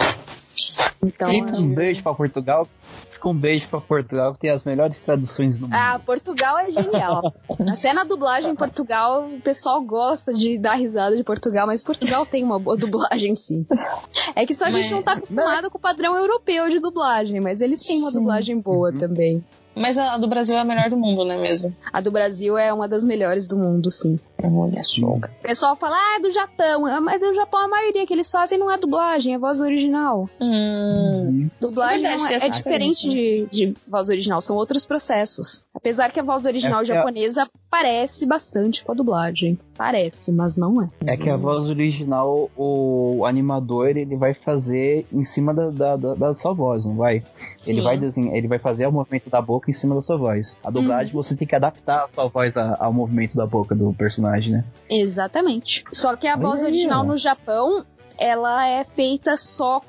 Então, um beijo pra Portugal. Fica um beijo pra Portugal, que tem as melhores traduções do mundo. Portugal é genial. Até na dublagem em Portugal, o pessoal gosta de dar risada de Portugal, mas Portugal tem uma boa dublagem, sim. É que só a gente não tá acostumado com o padrão europeu de dublagem, mas eles têm uma dublagem boa também. Mas a do Brasil é a melhor do mundo, não é mesmo? A do Brasil é uma das melhores do mundo, sim. Olha só. O pessoal fala, é do Japão. Mas do Japão a maioria que eles fazem não é dublagem, é voz original. Dublagem é diferente de voz original, são outros processos. Apesar que a voz original japonesa parece bastante com a dublagem. Parece, mas não é. É que a voz original, o animador, ele vai fazer em cima da sua voz, não vai? Sim. Ele vai fazer o movimento da boca em cima da sua voz. A dublagem, você tem que adaptar a sua voz ao movimento da boca do personagem, né? Exatamente. Só que a voz original no Japão, ela é feita só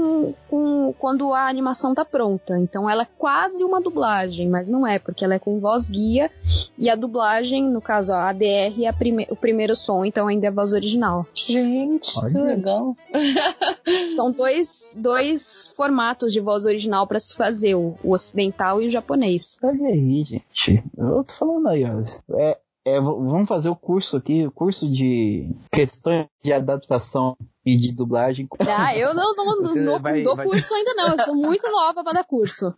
quando a animação tá pronta. Então ela é quase uma dublagem, mas não é, porque ela é com voz guia e a dublagem, no caso a ADR, é o primeiro som, então ainda é voz original. Gente, que legal. São dois formatos de voz original pra se fazer, o ocidental e o japonês. Olha aí, gente. Eu tô falando aí, ó. Vamos fazer o curso de questões de adaptação e de dublagem. Eu não dou curso ainda não, eu sou muito nova pra dar curso.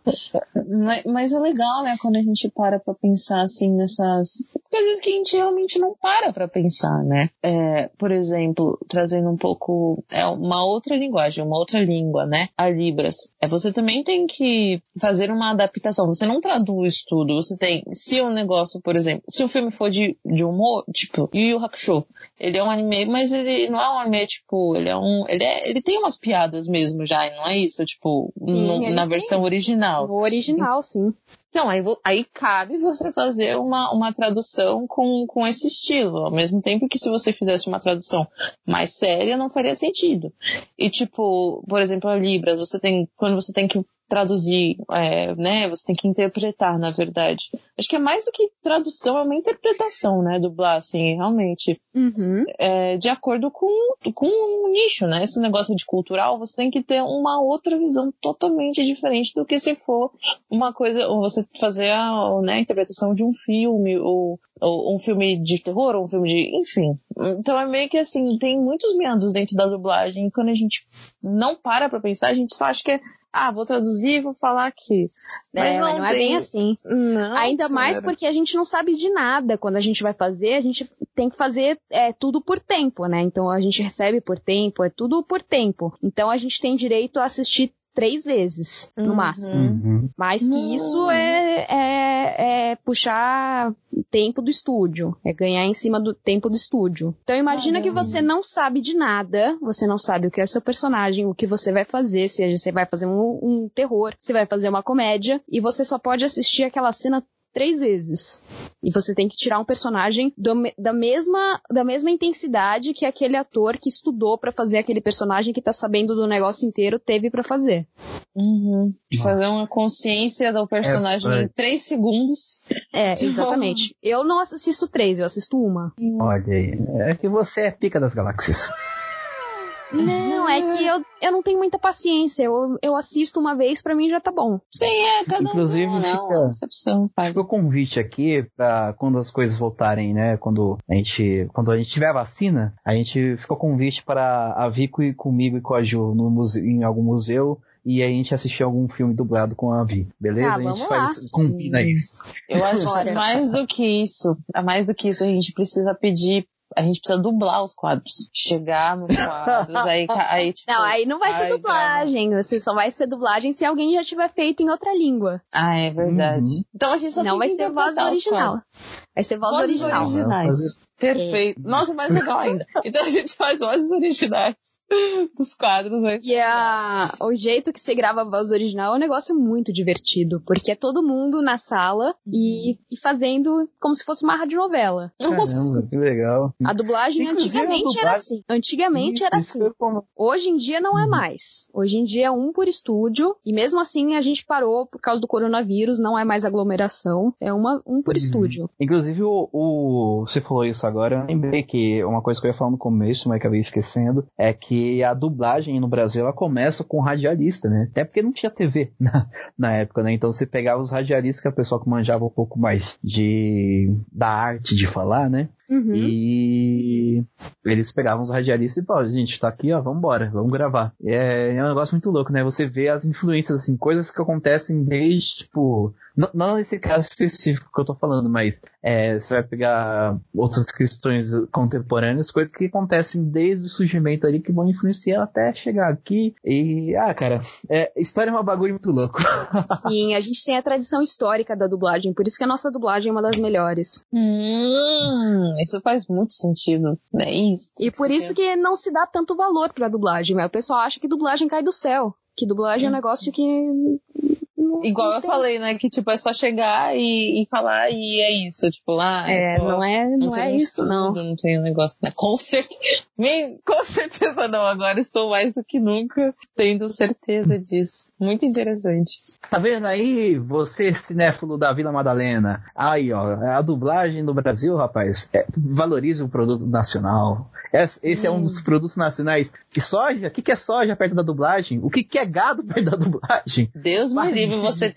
Mas é legal, né, quando a gente para pra pensar, assim, nessas coisas que a gente realmente não para pra pensar, né? Por exemplo, trazendo um pouco uma outra linguagem, uma outra língua, né? A Libras. Você também tem que fazer uma adaptação, você não traduz tudo, você tem, se o negócio, por exemplo, se o filme for de humor, tipo, Yu Yu Hakusho, ele é um anime, mas ele não é um anime, tipo, ele tem umas piadas mesmo já, não é isso? Tipo, na versão original. O original, sim. Então, aí cabe você fazer uma tradução com esse estilo, ao mesmo tempo que se você fizesse uma tradução mais séria, não faria sentido. E tipo, por exemplo, a Libras, quando você tem que traduzir, né, você tem que interpretar, na verdade. Acho que é mais do que tradução, é uma interpretação, né, dublar, assim, realmente. De acordo com o nicho, né, esse negócio de cultural, você tem que ter uma outra visão totalmente diferente do que se for uma coisa, ou você fazer a interpretação de um filme, ou um filme de terror, ou um filme de... enfim. Então é meio que assim, tem muitos meandros dentro da dublagem, e quando a gente não para pra pensar, a gente só acha que é vou traduzir e vou falar aqui. Mas não é bem assim. Não, ainda mais porque a gente não sabe de nada. Quando a gente vai fazer, a gente tem que fazer tudo por tempo, né? Então a gente recebe por tempo, é tudo por tempo. Então a gente tem direito a assistir 3 vezes, no máximo. Mais que isso é puxar o tempo do estúdio. É ganhar em cima do tempo do estúdio. Então imagina que você não sabe de nada, você não sabe o que é seu personagem, o que você vai fazer, se você vai fazer um terror, se vai fazer uma comédia, e você só pode assistir aquela cena 3 vezes. E você tem que tirar um personagem da mesma intensidade que aquele ator que estudou pra fazer aquele personagem que tá sabendo do negócio inteiro teve pra fazer. Fazer uma consciência do personagem em 3 segundos. Exatamente. Eu não assisto 3, eu assisto 1. Olha aí. É que você é pica das galáxias. Não, é que eu não tenho muita paciência. Eu assisto uma vez, pra mim já tá bom. Sim, cada inclusive, fica o convite aqui pra quando as coisas voltarem, né? Quando a gente tiver a vacina, a gente fica o convite para a Vico e comigo e com a Ju em algum museu. E aí a gente assistir algum filme dublado com a Vi, beleza? A gente combina isso. Eu acho que mais do que isso, a gente precisa pedir. A gente precisa dublar os quadros. Chegar nos quadros, aí tipo... Não, aí não vai ser dublagem. Você só vai ser dublagem se alguém já tiver feito em outra língua. É verdade. Então a gente só não vai ser voz original. Vai ser voz original. Originais. Perfeito. Nossa, mais legal ainda. Então a gente faz vozes originais dos quadros. E o jeito que você grava a voz original é um negócio muito divertido, porque é todo mundo na sala e fazendo como se fosse uma radionovela. Caramba, que legal. A dublagem antigamente era assim. Hoje em dia não é mais. Hoje em dia é um por estúdio, e mesmo assim a gente parou por causa do coronavírus, não é mais aglomeração, é um por estúdio. Inclusive você falou isso agora, eu lembrei que uma coisa que eu ia falar no começo, mas acabei esquecendo, é que a dublagem no Brasil, ela começa com radialista, né? Até porque não tinha TV na época, né? Então você pegava os radialistas, que é o pessoal que manjava um pouco mais da arte de falar, né? E eles pegavam os radialistas e, pô, gente, tá aqui, ó, vambora, vamos gravar. É um negócio muito louco, né? Você vê as influências, assim, coisas que acontecem desde, tipo... Não nesse caso específico que eu tô falando, mas você vai pegar outras questões contemporâneas, coisas que acontecem desde o surgimento ali, que vão influenciar até chegar aqui. E, cara, história é um bagulho muito louco. Sim, a gente tem a tradição histórica da dublagem, por isso que a nossa dublagem é uma das melhores. Isso faz muito sentido, né? Isso. E por isso que não se dá tanto valor pra dublagem, né? O pessoal acha que dublagem cai do céu, que dublagem é um negócio que... Igual eu falei, né? Que, tipo, é só chegar e falar e é isso. Tipo, não é isso, estudo, não tem um negócio, né? Com certeza não. Agora estou mais do que nunca tendo certeza disso. Muito interessante. Tá vendo aí, você, cinéfilo da Vila Madalena? Aí, ó, a dublagem do Brasil, rapaz, valoriza o produto nacional. Esse é um dos produtos nacionais. Que soja? O que é soja perto da dublagem? O que é gado perto da dublagem? Deus me livre, você...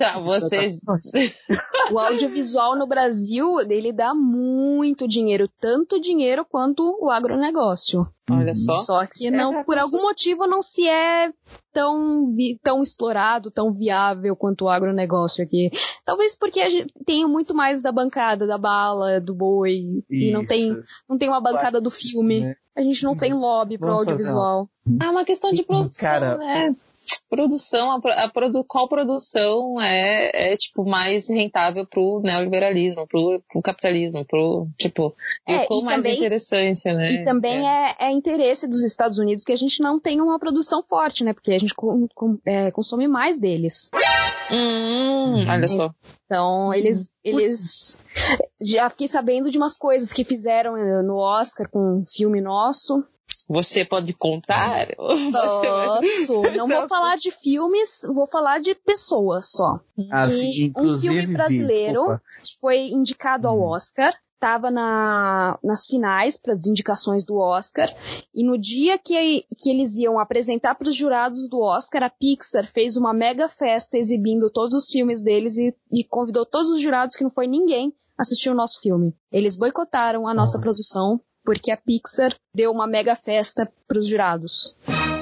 O audiovisual no Brasil, ele dá muito dinheiro, tanto dinheiro quanto o agronegócio. Olha só. Só que não, por algum motivo não se é tão explorado, tão viável quanto o agronegócio aqui. Talvez porque a gente tem muito mais da bancada, da bala, do boi, e não tem uma bancada do filme. A gente não tem lobby pro audiovisual. É uma questão de produção, né? Produção, qual produção tipo, mais rentável pro neoliberalismo, pro capitalismo, qual mais também, interessante, né? E também é interesse dos Estados Unidos que a gente não tenha uma produção forte, né? Porque a gente consome mais deles. Olha só. Então, eles já fiquei sabendo de umas coisas que fizeram no Oscar com um filme nosso. Você pode contar? Posso. Não vou falar de filmes, vou falar de pessoas só. Um filme brasileiro foi indicado ao Oscar, estava nas finais para as indicações do Oscar, e no dia que eles iam apresentar para os jurados do Oscar, a Pixar fez uma mega festa exibindo todos os filmes deles e convidou todos os jurados, que não foi ninguém, assistir o nosso filme. Eles boicotaram a nossa produção, porque a Pixar deu uma mega festa para os jurados.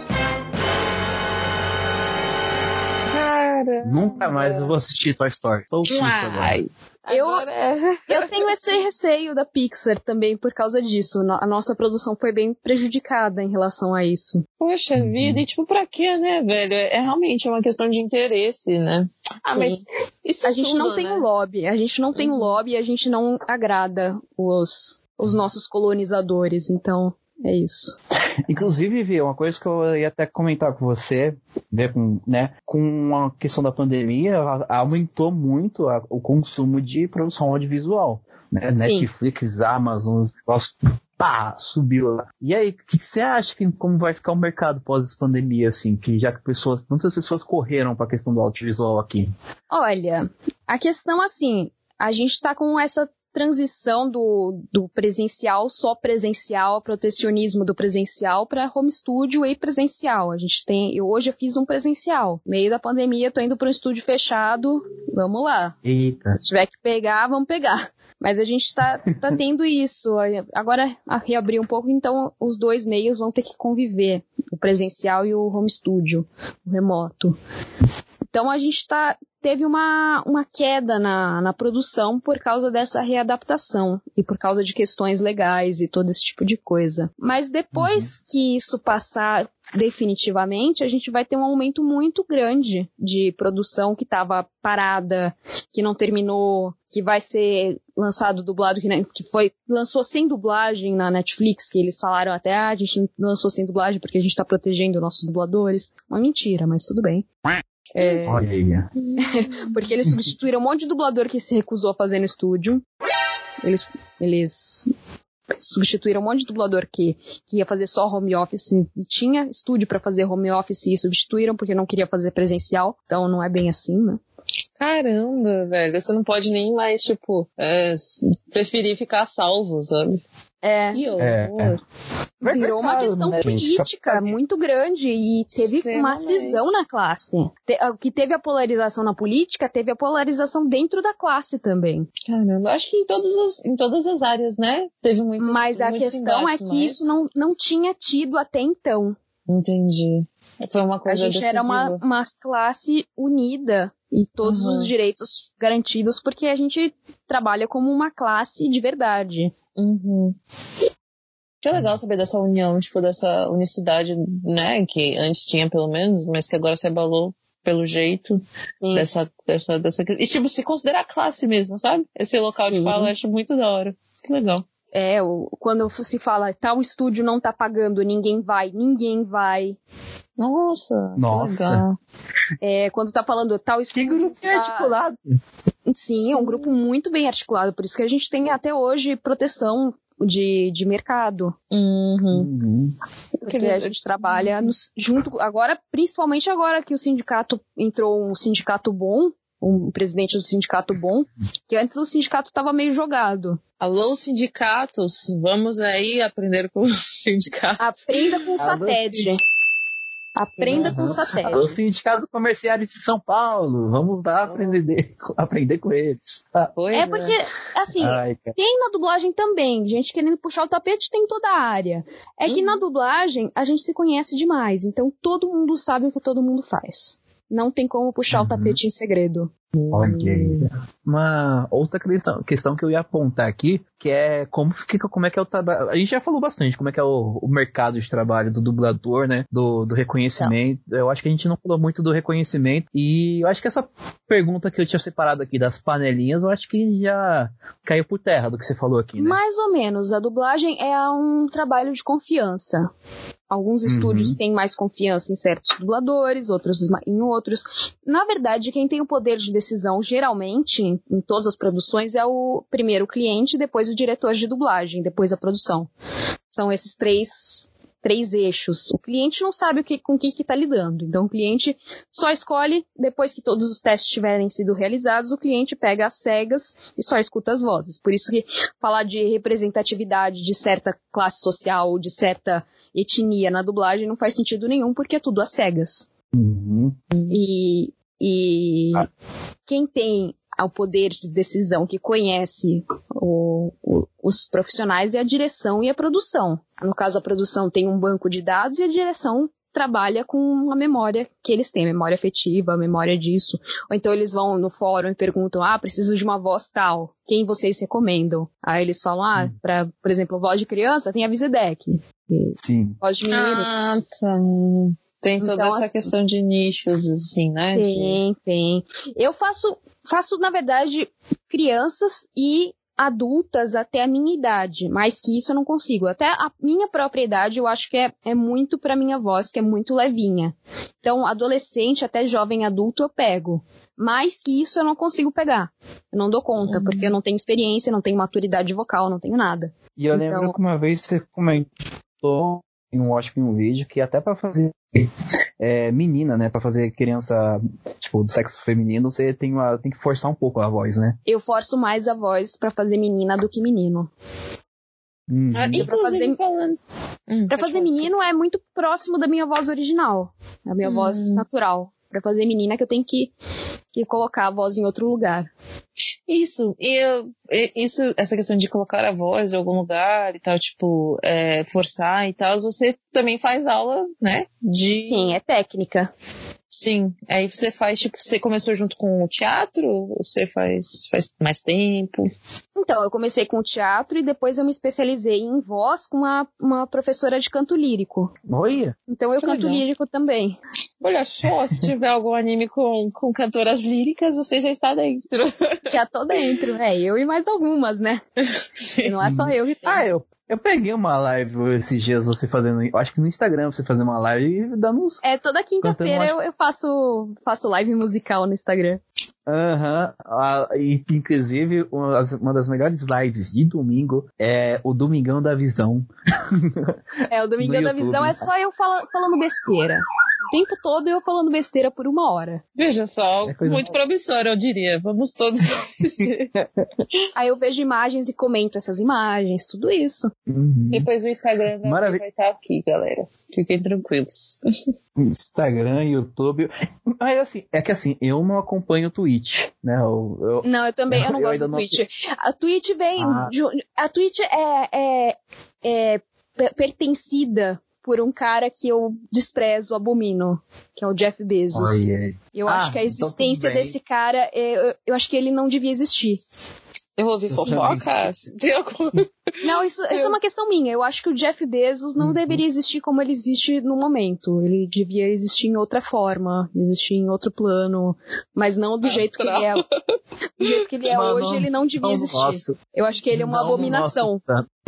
Caramba. Nunca mais eu vou assistir Toy Story. Tô puto agora. Eu tenho esse receio da Pixar também por causa disso. A nossa produção foi bem prejudicada em relação a isso. Poxa vida, e tipo, pra quê, né, velho? É realmente uma questão de interesse, né? Mas isso a gente não tem um lobby. A gente não tem um lobby e a gente não agrada os nossos colonizadores, então é isso. Inclusive, Vi, uma coisa que eu ia até comentar com você, com a questão da pandemia, aumentou muito o consumo de produção audiovisual, né? Netflix, Amazon, os negócios, subiu lá. E aí, o que você acha como vai ficar o mercado pós-pandemia, assim, que já que muitas pessoas correram para a questão do audiovisual aqui? Olha, a questão, assim, a gente tá com essa transição do presencial, só presencial, protecionismo do presencial para home studio e presencial. Hoje eu fiz um presencial. No meio da pandemia, tô indo para um estúdio fechado. Vamos lá. Eita. Se tiver que pegar, vamos pegar. Mas a gente tá tendo isso. Agora reabrir um pouco, então os dois meios vão ter que conviver. O presencial e o home studio, o remoto. Então a gente teve uma queda na produção por causa dessa readaptação e por causa de questões legais e todo esse tipo de coisa. Mas depois que isso passar definitivamente, a gente vai ter um aumento muito grande de produção que estava parada, que não terminou, que vai ser lançado dublado, lançou sem dublagem na Netflix, que eles falaram até, a gente lançou sem dublagem porque a gente está protegendo nossos dubladores. Uma mentira, mas tudo bem. Olha aí. Porque eles substituíram um monte de dublador que se recusou a fazer no estúdio. Eles substituíram um monte de dublador que ia fazer só home office e tinha estúdio para fazer home office e substituíram porque não queria fazer presencial. Então não é bem assim, né? Caramba, velho. Você não pode nem mais, tipo, preferir ficar salvo, sabe? Que horror. Virou uma questão política muito grande e teve uma cisão na classe. O que teve a polarização na política, teve a polarização dentro da classe também. Caramba, acho que em todas as áreas, né? Teve muitos. Mas a questão é que isso não tinha tido até então. Entendi. Foi uma coisa decisiva. A gente era uma classe unida e todos os direitos garantidos, porque a gente trabalha como uma classe de verdade. Que legal saber dessa união, tipo, dessa unicidade, né, que antes tinha pelo menos, mas que agora se abalou pelo jeito dessa... E, tipo, se considerar classe mesmo, sabe? Esse local de fala eu acho muito da hora. Que legal. Quando se fala, tal estúdio não tá pagando, ninguém vai. Nossa. Legal. Quando tá falando tal estúdio... Que grupo articulado. Sim, é um grupo muito bem articulado, por isso que a gente tem até hoje proteção de mercado. Porque a gente trabalha junto, agora, principalmente agora que o sindicato entrou, um sindicato bom, um presidente do sindicato bom, que antes o sindicato estava meio jogado. Alô, sindicatos, vamos aí aprender com o sindicato. Aprenda com o SATED. Aprenda com o SATED. Os sindicatos comerciários de São Paulo, vamos lá aprender com eles. Porque, assim, tem na dublagem também, gente querendo puxar o tapete, tem em toda a área. É que na dublagem a gente se conhece demais, então todo mundo sabe o que todo mundo faz. Não tem como puxar o tapete em segredo. Ok. Uma outra questão que eu ia apontar aqui, que é como é que é o trabalho. A gente já falou bastante como é que é o mercado de trabalho do dublador, né? Do reconhecimento. Não. Eu acho que a gente não falou muito do reconhecimento. E eu acho que essa pergunta que eu tinha separado aqui das panelinhas, eu acho que já caiu por terra do que você falou aqui, né? Mais ou menos. A dublagem é um trabalho de confiança. Alguns estúdios têm mais confiança em certos dubladores, outros em outros. Na verdade, quem tem o poder de decisão, geralmente, em todas as produções, é o primeiro cliente, depois o diretor de dublagem, depois a produção. São esses três eixos. O cliente não sabe com o que está lidando. Então, o cliente só escolhe, depois que todos os testes tiverem sido realizados, o cliente pega as cegas e só escuta as vozes. Por isso que falar de representatividade de certa classe social, de certa etnia na dublagem não faz sentido nenhum, porque é tudo às cegas. E quem tem o poder de decisão, que conhece os profissionais, é a direção e a produção. No caso, a produção tem um banco de dados e a direção trabalha com a memória que eles têm, memória afetiva, memória disso. Ou então eles vão no fórum e perguntam, preciso de uma voz tal, quem vocês recomendam? Aí eles falam, por exemplo, voz de criança, tem a Vizedec. Sim. Voz de menino. Tá. Tem toda essa questão de nichos, assim, né? Tem. Eu faço, na verdade, crianças e adultas até a minha idade, mais que isso eu não consigo. Até a minha própria idade eu acho que é muito pra minha voz, que é muito levinha. Então, adolescente até jovem adulto eu pego. Mais que isso eu não consigo pegar. Eu não dou conta, porque eu não tenho experiência, não tenho maturidade vocal, não tenho nada. E eu lembro que uma vez você comentou em um vídeo que até pra fazer menina, né, pra fazer criança, tipo, do sexo feminino, você tem que forçar um pouco a voz, né? Eu forço mais a voz pra fazer menina do que menino. Inclusive falando... Pra fazer menino é muito próximo da minha voz original, a minha voz natural. Pra fazer menina que eu tenho que colocar a voz em outro lugar. Isso, essa questão de colocar a voz em algum lugar e tal, tipo, forçar e tal, você também faz aula, né? Sim, é técnica. Sim, aí você faz, tipo, você começou junto com o teatro? Você faz mais tempo? Então, eu comecei com o teatro e depois eu me especializei em voz com uma professora de canto lírico. Olha! Então eu canto lírico também. Olha só, se tiver algum anime com cantoras líricas, você já está dentro. Já tô dentro, eu e mais algumas, né? E não é só eu que tenho. Eu peguei uma live esses dias, você fazendo, eu acho que no Instagram você fazendo uma live e dando uns... Toda quinta-feira eu faço live musical no Instagram. E inclusive uma das melhores lives de domingo é o Domingão da Visão. O Domingão da Visão é só eu falando besteira. tempo todo eu falando besteira por 1 hora. Veja só, muito promissor, eu diria. Vamos todos assistir. Aí eu vejo imagens e comento essas imagens, tudo isso. Depois o Instagram vai estar aqui, galera. Fiquem tranquilos. Instagram, YouTube. Mas assim, é que assim, eu não acompanho o Twitch, né? Não, eu também não gosto do Twitch. A Twitch vem. A Twitch é pertencida por um cara que eu desprezo, abomino, que é o Jeff Bezos. Eu acho que a existência desse cara, eu acho que ele não devia existir. Eu ouvi fofocas. Não, isso é uma questão minha. Eu acho que o Jeff Bezos não deveria existir como ele existe no momento. Ele devia existir em outra forma, existir em outro plano, mas não do jeito que ele é. Do jeito que ele é hoje, ele não devia existir. Eu acho que ele é uma abominação.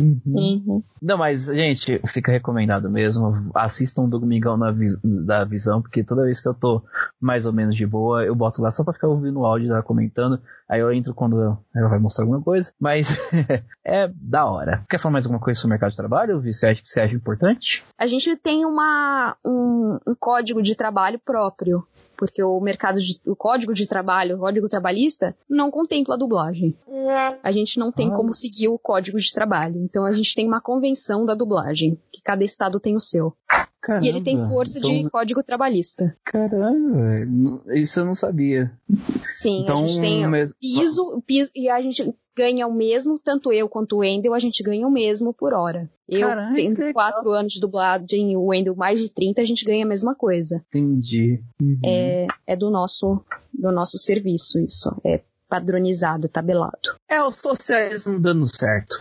Não, mas, gente, fica recomendado mesmo. Assistam o Domingão da Visão, porque toda vez que eu tô mais ou menos de boa, eu boto lá só pra ficar ouvindo o áudio dela comentando. Aí eu entro quando ela vai mostrar alguma coisa. Mas é da hora. Quer falar mais alguma coisa sobre o mercado de trabalho? Você acha que você acha importante? A gente tem um código de trabalho próprio. Porque o código de trabalho, o código trabalhista, não contempla a dublagem. A gente não tem como seguir o código de trabalho. Então a gente tem uma convenção da dublagem, que cada estado tem o seu. Caramba, e ele tem força de código trabalhista. Caramba, isso eu não sabia. Sim, então, a gente tem piso e a gente ganha o mesmo, tanto eu quanto o Wendel, a gente ganha o mesmo por hora. Eu tenho 4 anos de dublagem e o Wendel mais de 30, a gente ganha a mesma coisa. Entendi. É do nosso serviço isso. É padronizado, tabelado. É o socialismo dando certo.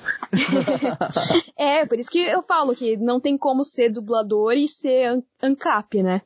Por isso que eu falo que não tem como ser dublador e ser ANCAP, né?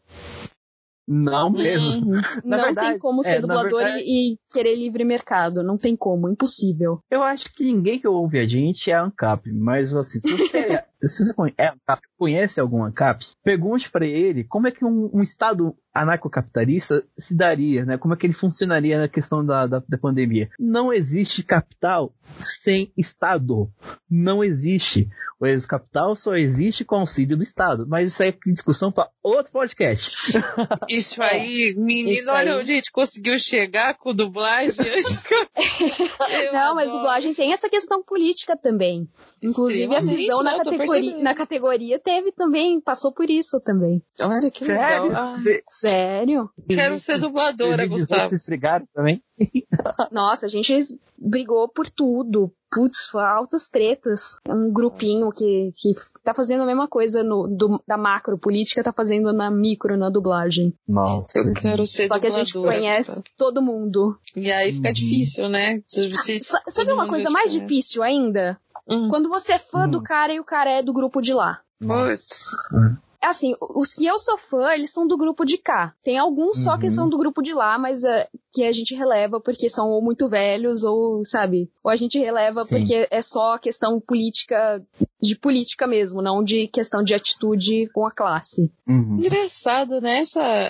Não mesmo. Não tem como ser dublador e querer livre mercado. Não tem como, impossível. Eu acho que ninguém que ouve a gente é ANCAP, mas assim, se você conhece algum ANCAP, pergunte para ele como é que um estado anarcocapitalista se daria, né? Como é que ele funcionaria na questão da pandemia. Não existe capital sem Estado. Não existe. O capital só existe com o auxílio do Estado. Mas isso aí é discussão para outro podcast. Isso aí, menino, olha onde a gente conseguiu chegar com dublagem. Não, mas dublagem tem essa questão política também. Inclusive a cisão na categoria teve também, passou por isso também. Olha que legal. Sério? Quero ser dubladora, Gustavo. Vocês brigaram também? Nossa, a gente brigou por tudo. Putz, altas tretas. Um grupinho que tá fazendo a mesma coisa da macro política, tá fazendo na micro, na dublagem. Nossa. Eu quero ser dubladora. Só que a gente conhece todo mundo. E aí fica difícil, né? Sabe uma coisa mais difícil ainda? Quando você é fã do cara e o cara é do grupo de lá. Putz. Assim, os que eu sou fã, eles são do grupo de cá. Tem alguns só que são do grupo de lá, mas que a gente releva porque são ou muito velhos ou, sabe? Ou a gente releva porque é só questão política, de política mesmo, não de questão de atitude com a classe. Engraçado, né?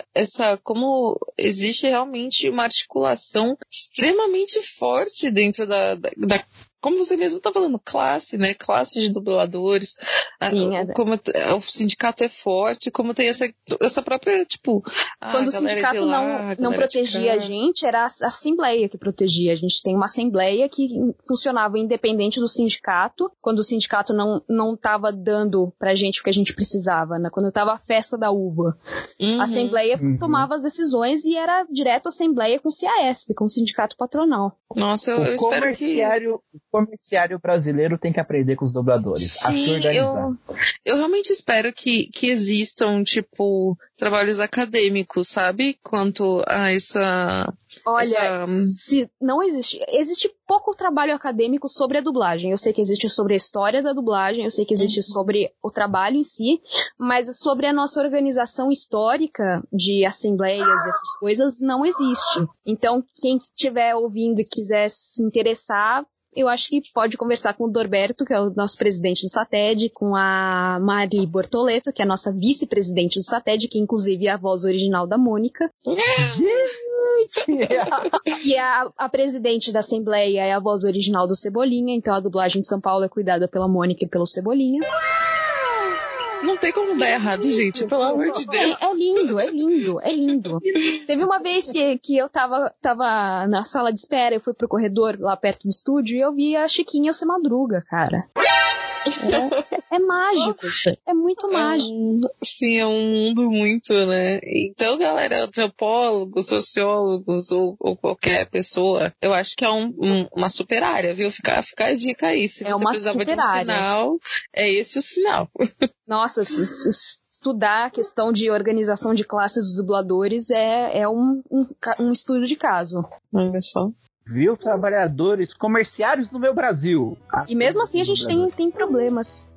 Como existe realmente uma articulação extremamente forte dentro da como você mesmo tá falando, classe, né? Classe de dubladores. Como o sindicato é forte, como tem essa própria, tipo... Quando o sindicato não protegia a gente, era a Assembleia que protegia. A gente tem uma Assembleia que funcionava independente do sindicato, quando o sindicato não tava dando pra gente o que a gente precisava, né? Quando tava a festa da uva. A Assembleia tomava as decisões e era direto a Assembleia com o CAESP, com o sindicato patronal. Nossa, eu espero que... O comerciário brasileiro tem que aprender com os dubladores. Sim, eu realmente espero que existam, tipo, trabalhos acadêmicos, sabe? Quanto a essa... Olha, se não existe pouco trabalho acadêmico sobre a dublagem. Eu sei que existe sobre a história da dublagem, eu sei que existe sobre o trabalho em si, mas sobre a nossa organização histórica de assembleias, essas coisas, não existe. Então, quem estiver ouvindo e quiser se interessar, eu acho que pode conversar com o Dorberto, que é o nosso presidente do SATED, com a Mari Bortoleto, que é a nossa vice-presidente do SATED, que inclusive é a voz original da Mônica. E a presidente da Assembleia é a voz original do Cebolinha, então a dublagem de São Paulo é cuidada pela Mônica e pelo Cebolinha. Não tem como dar errado, gente, pelo amor de Deus. É lindo. Teve uma vez que eu tava na sala de espera, eu fui pro corredor lá perto do estúdio e eu vi a Chiquinha e o Seu Madruga, cara. É mágico, é muito mágico. Sim, é um mundo muito, né? Então, galera, antropólogos, sociólogos ou qualquer pessoa, eu acho que é uma super área, viu? Fica a dica aí. Se você precisava de um sinal, é esse o sinal. Nossa, estudar a questão de organização de classe dos dubladores é um estudo de caso. Olha só. Viu? Trabalhadores comerciários no meu Brasil. E mesmo assim a gente tem problemas.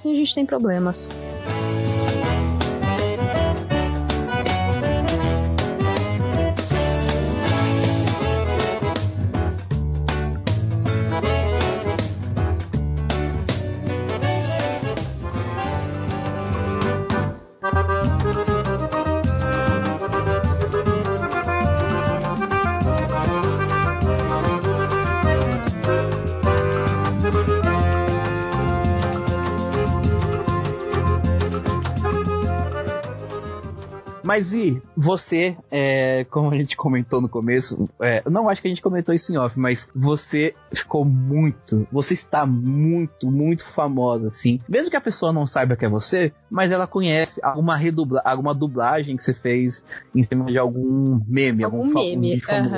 Mas e você, como a gente comentou no começo, não acho que a gente comentou isso em off, mas você está muito famosa, assim. Mesmo que a pessoa não saiba que é você, mas ela conhece alguma dublagem que você fez em cima de algum meme, algum meme famoso.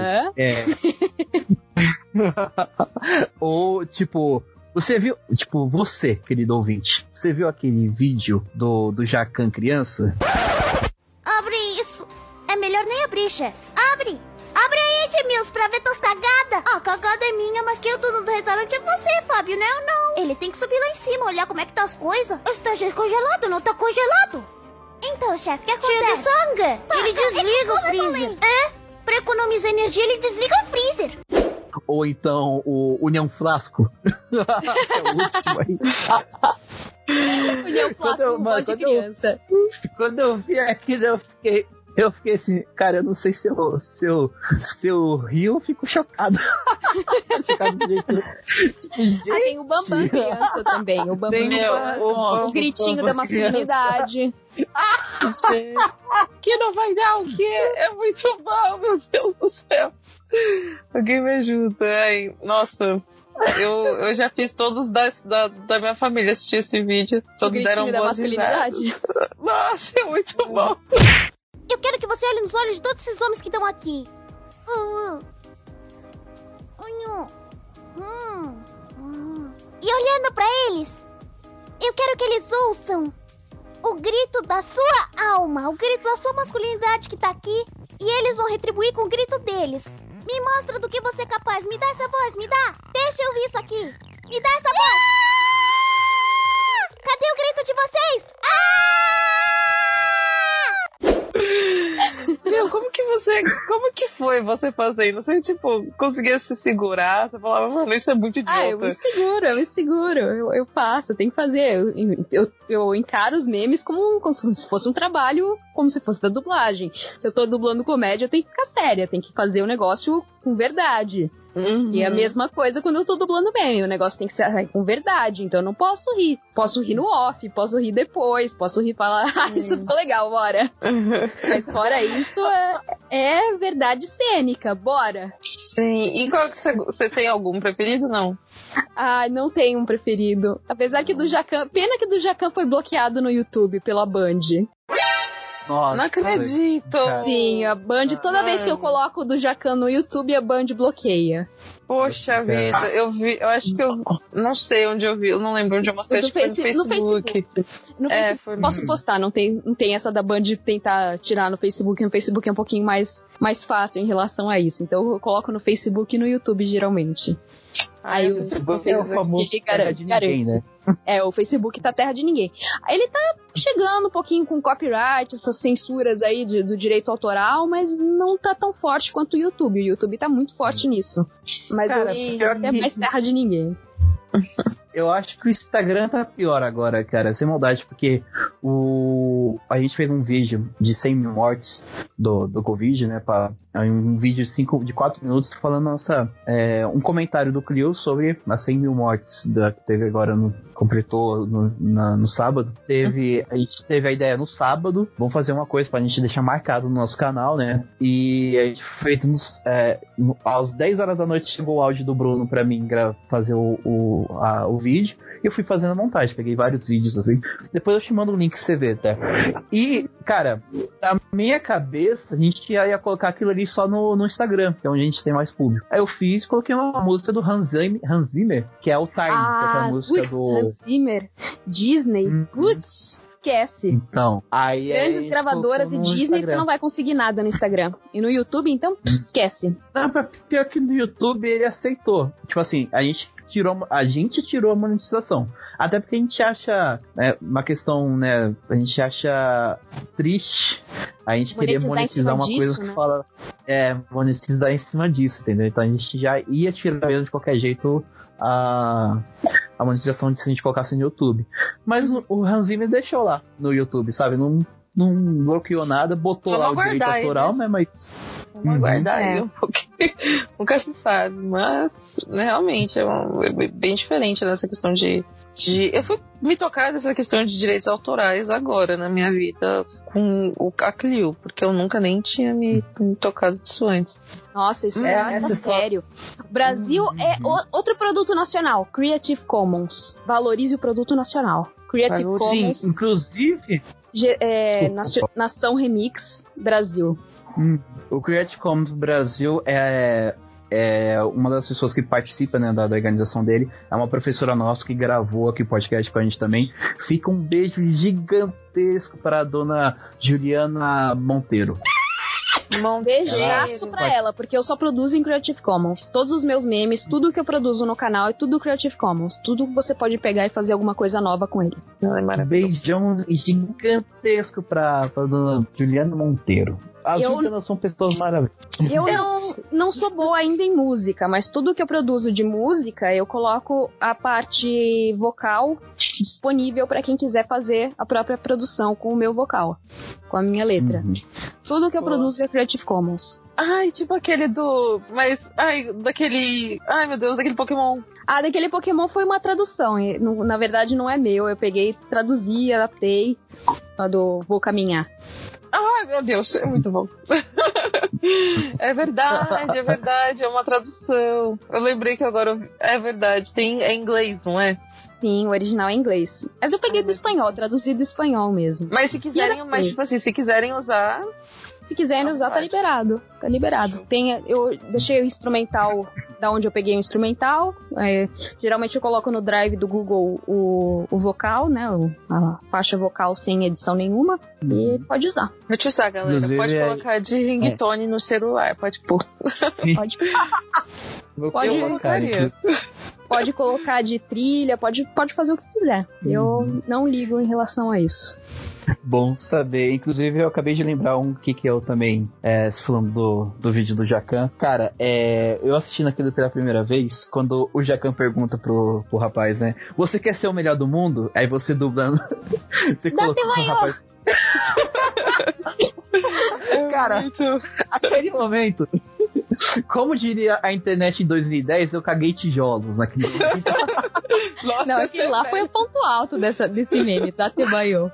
Ou, tipo... Você viu, você, querido ouvinte, você viu aquele vídeo do Jacan criança? Abre isso! É melhor nem abrir, chefe. Abre! Abre aí, Edmilson, pra ver tuas cagadas! A cagada é minha, mas quem é o dono do restaurante é você, Fábio, né? Eu não. Ele tem que subir lá em cima, olhar como é que tá as coisas. Está congelado, não tá congelado? Então, chefe, o que acontece? Tio de sangue! Ele desliga o freezer. Pra economizar energia, ele desliga o freezer. Ou então o União Flasco. É o último aí. União Flasco com voz de criança. Quando eu vi aquilo, eu fiquei assim, cara, eu não sei se eu rio ou fico chocado. Chocado do jeito. Tem o Bambam criança também. O Bambam o gritinho da masculinidade. Que não vai dar o quê? É muito bom, meu Deus do céu. Alguém me ajuda. Ai, nossa, eu já fiz todos da minha família assistir esse vídeo. Todos deram boas risadas. Nossa, é muito bom. Eu quero que você olhe nos olhos de todos esses homens que estão aqui. E olhando pra eles, eu quero que eles ouçam o grito da sua alma, o grito da sua masculinidade que tá aqui, e eles vão retribuir com o grito deles. Me mostra do que você é capaz, me dá essa voz, me dá. Deixa eu ouvir isso aqui. Me dá essa voz. Cadê o grito de vocês? Meu, como que foi você fazendo? Você, conseguia se segurar? Você falava, mano, isso é muito idiota. Eu me seguro. Eu faço, eu tenho que fazer. Eu encaro os memes como se fosse um trabalho, como se fosse da dublagem. Se eu tô dublando comédia, eu tenho que ficar séria, tenho que fazer o negócio com verdade. Uhum. E a mesma coisa quando eu tô dublando meme, o negócio tem que ser com verdade, então eu não posso rir. Posso rir no off, posso rir depois, posso rir e falar, isso ficou legal, bora. Mas fora isso, é verdade cênica, bora. Sim, e qual que você tem algum preferido, não? Não tenho um preferido. Apesar que do Jacan, pena que do Jacan foi bloqueado no YouTube pela Band. Nossa, não acredito. Sim, a Band, toda vez que eu coloco o do Jacan no YouTube, a Band bloqueia. Poxa vida, eu acho que eu não sei onde eu vi, eu não lembro onde eu mostrei, acho que foi no Facebook. No Facebook. Posso postar, não tem essa da Band de tentar tirar no Facebook. No Facebook é um pouquinho mais fácil em relação a isso, então eu coloco no Facebook e no YouTube geralmente. Aí o Facebook é o famoso terra de ninguém, né? O Facebook tá terra de ninguém. Aí ele tá chegando um pouquinho com copyright, essas censuras aí do direito autoral, mas não tá tão forte quanto o YouTube. O YouTube tá muito forte nisso. Mas é mais terra de ninguém. Eu acho que o Instagram tá pior agora, cara, sem maldade, porque a gente fez um vídeo de 100 mil mortes do Covid, né? Um vídeo de 4 minutos falando um comentário do Clio sobre as 100 mil mortes que teve agora, completou no sábado. A gente teve a ideia no sábado, vamos fazer uma coisa pra gente deixar marcado no nosso canal, né? E a gente fez às 10 horas da noite chegou o áudio do Bruno pra mim fazer o vídeo, e eu fui fazendo a montagem, peguei vários vídeos assim, depois eu te mando o link pra você ver, tá? E, cara, na minha cabeça a gente ia colocar aquilo ali só no Instagram, que é onde a gente tem mais público. Aí eu coloquei uma música do Hans Zimmer, que é o Time, que é aquela música do... Hans Zimmer, Disney, putz, esquece. Então, aí... Grandes gravadoras e Disney, Instagram. Você não vai conseguir nada no Instagram. E no YouTube, então, esquece. Não, pior que no YouTube ele aceitou. Tipo assim, a gente tirou a monetização. Até porque a gente acha, né, uma questão, né, a gente acha triste a gente queria monetizar uma coisa que fala, monetizar em cima disso, entendeu? Então a gente já ia tirar mesmo de qualquer jeito a monetização se a gente colocasse no YouTube. Mas o Hans Zimmer deixou lá no YouTube, sabe? Não bloqueou nada, botou lá o direito autoral, né? Mas... Vamos aguardar aí um pouquinho. Nunca se sabe, mas realmente é bem diferente nessa questão de... Eu fui me tocar dessa questão de direitos autorais agora na minha vida com a Clio, porque eu nunca nem tinha me tocado disso antes. Nossa, isso é sério. O Brasil é outro produto nacional, Creative Commons. Valorize o produto nacional. Creative Commons. Inclusive... Nação Remix Brasil. O Creative Commons Brasil é uma das pessoas que participa, né, da organização dele. É uma professora nossa que gravou aqui o podcast com a gente também. Fica um beijo gigantesco para a dona Juliana Monteiro. Um beijaço pra ela, porque eu só produzo em Creative Commons. Todos os meus memes, tudo que eu produzo no canal é tudo Creative Commons. Tudo que você pode pegar e fazer alguma coisa nova com ele. Beijão gigantesco pra dona Juliana Monteiro. As Julianas são pessoas maravilhosas. Eu não sou boa ainda em música, mas tudo que eu produzo de música, eu coloco a parte vocal disponível pra quem quiser fazer a própria produção com o meu vocal, com a minha letra. Tudo que eu produzo é Creative Commons. Ai, tipo aquele daquele Pokémon. Daquele Pokémon foi uma tradução. Na verdade não é meu, eu peguei, traduzi, adaptei Vou Caminhar. Ai, meu Deus, é muito bom. É verdade, é uma tradução. Eu lembrei que agora é verdade, é em inglês, não é? Sim, o original é em inglês. Mas eu peguei do espanhol, traduzi do espanhol mesmo. Mas se quiserem usar... Se quiserem usar, tá liberado. Tá liberado. Eu deixei o instrumental da onde eu peguei o instrumental. Geralmente eu coloco no drive do Google o vocal, né? A faixa vocal sem edição nenhuma. E pode usar. Pode usar, galera. Inclusive, pode colocar de ringtone no celular. Pode pôr. Pode colocar de trilha, pode fazer o que quiser. Eu não ligo em relação a isso. Bom saber. Inclusive, eu acabei de lembrar que eu também, falando do vídeo do Jacan. Cara, eu assistindo aquilo pela primeira vez, quando o Jacan pergunta pro rapaz, né? Você quer ser o melhor do mundo? Aí você dublando. Você colocou o rapaz... Cara, aquele momento... Como diria a internet em 2010, eu caguei tijolos naquele momento. Nossa, não, aquele lá foi o ponto alto desse meme, tá, Tebaio?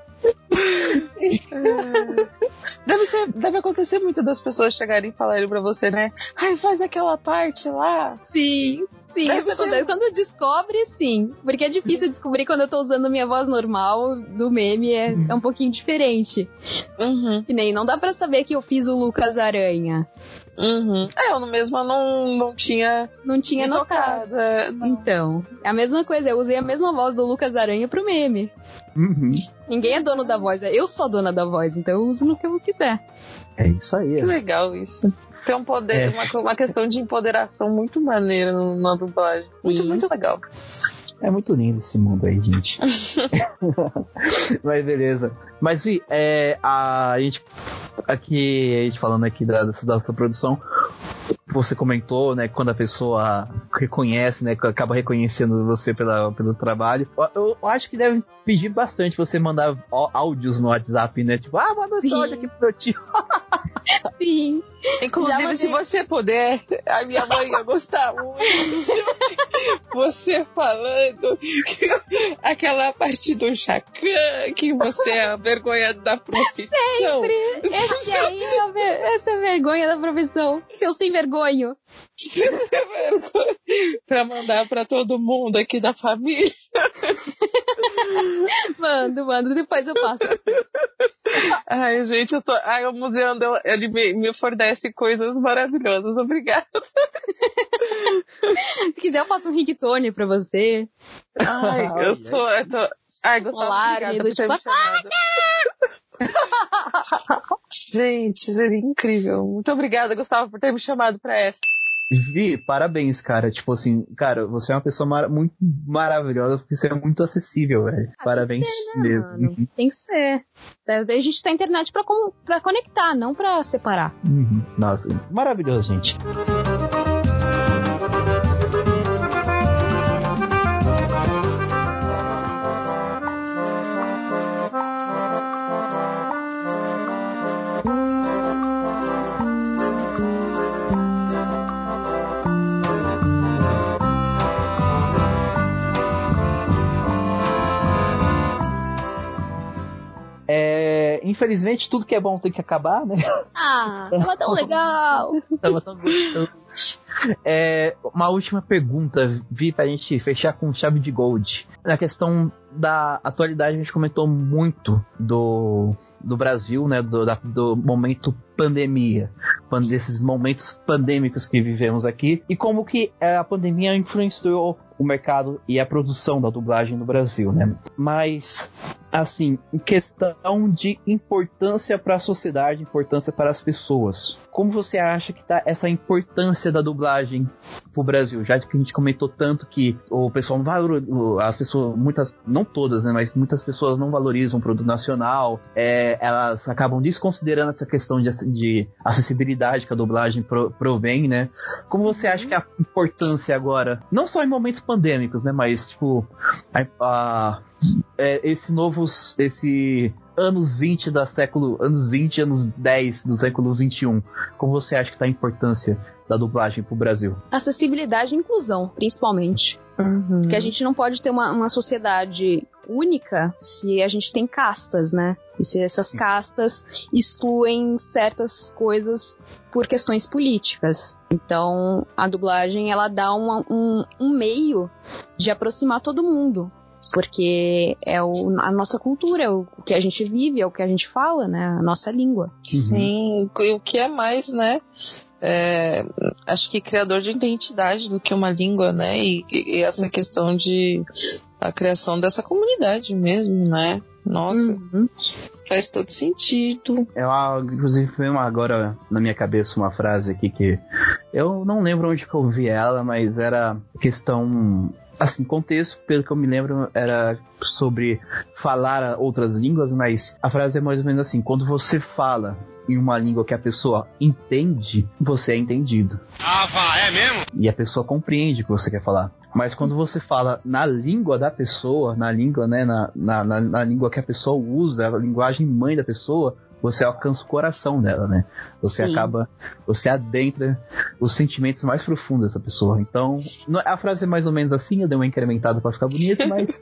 Deve acontecer muito das pessoas chegarem e falarem pra você, né? Ai, faz aquela parte lá. Sim, isso acontece. Quando descobre, sim. Porque é difícil descobrir quando eu tô usando minha voz normal do meme, é um pouquinho diferente. E nem não dá pra saber que eu fiz o Lucas Aranha. Eu mesma não tinha notado. Então, é a mesma coisa, eu usei a mesma voz do Lucas Aranha pro meme. Ninguém é dono da voz, eu sou a dona da voz, então eu uso no que eu quiser. É isso aí. Que legal isso. Tem um poder, uma questão de empoderação muito maneira na dublagem. Muito legal. É muito lindo esse mundo aí, gente. Mas beleza. Mas, Vi, a gente falando aqui dessa produção, você comentou, né, quando a pessoa reconhece, né, acaba reconhecendo você pelo trabalho. Eu acho que deve pedir bastante você mandar áudios no WhatsApp, né, tipo, manda esse áudio aqui pro meu tio. Sim. Inclusive, se você puder, a minha mãe ia gostar muito. Você falando aquela parte do Chacan, que você é a vergonha da profissão. Sempre! Essa é a vergonha da profissão. Seu sem vergonho. Pra mandar pra todo mundo aqui da família. Mando, depois eu passo. Ai, gente, o museu ele me fornece coisas maravilhosas. Obrigada. Se quiser, eu faço um ringtone pra você. Ai, eu tô. Ai, Gustavo, obrigada por ter me chamado. Gente, seria incrível. Muito obrigada, Gustavo, por ter me chamado pra essa. Vi, parabéns, cara. Tipo assim, cara, você é uma pessoa muito maravilhosa, porque você é muito acessível, velho. Parabéns tem que ser, né, mesmo. Tem que ser. A gente tá na internet pra conectar, não pra separar. Nossa, maravilhoso, gente. Infelizmente, tudo que é bom tem que acabar, né? Tava tão legal. Tava tão gostoso. Uma última pergunta, Vi, pra gente fechar com chave de gold. Na questão da atualidade, a gente comentou muito do Brasil, né? Do momento pandemia. Desses momentos pandêmicos que vivemos aqui. E como que a pandemia influenciou o mercado e a produção da dublagem no Brasil, né? Mas, assim, em questão de importância para a sociedade, importância para as pessoas. Como você acha que tá essa importância da dublagem pro Brasil? Já que a gente comentou tanto que o pessoal não valoriza, as pessoas, muitas, não todas, né, mas muitas pessoas não valorizam o produto nacional, elas acabam desconsiderando essa questão de acessibilidade que a dublagem provém, né? Como você acha que é a importância agora, não só em momentos pandêmicos, né, mas tipo esse anos 20 anos 10 do século 21, como você acha que tá a importância da dublagem pro Brasil? Acessibilidade e inclusão, principalmente. Porque a gente não pode ter uma sociedade única se a gente tem castas, né? E se essas castas excluem certas coisas por questões políticas. Então, a dublagem, ela dá um meio de aproximar todo mundo. Porque é a nossa cultura, é o que a gente vive, é o que a gente fala, né? A nossa língua. Sim, e o que é mais, né? Acho que criador de identidade do que uma língua, né? E essa questão de a criação dessa comunidade mesmo, né? Nossa, faz todo sentido. Inclusive, veio agora na minha cabeça uma frase aqui que eu não lembro onde que eu ouvi ela, mas era questão... Assim, contexto, pelo que eu me lembro, era sobre falar outras línguas, mas a frase é mais ou menos assim: quando você fala em uma língua que a pessoa entende, você é entendido. É mesmo? E a pessoa compreende o que você quer falar. Mas quando você fala na língua da pessoa, na língua, né, na língua que a pessoa usa, a linguagem mãe da pessoa, você alcança o coração dela, né? Você adentra os sentimentos mais profundos dessa pessoa. Então, a frase é mais ou menos assim, eu dei uma incrementada pra ficar bonito, mas...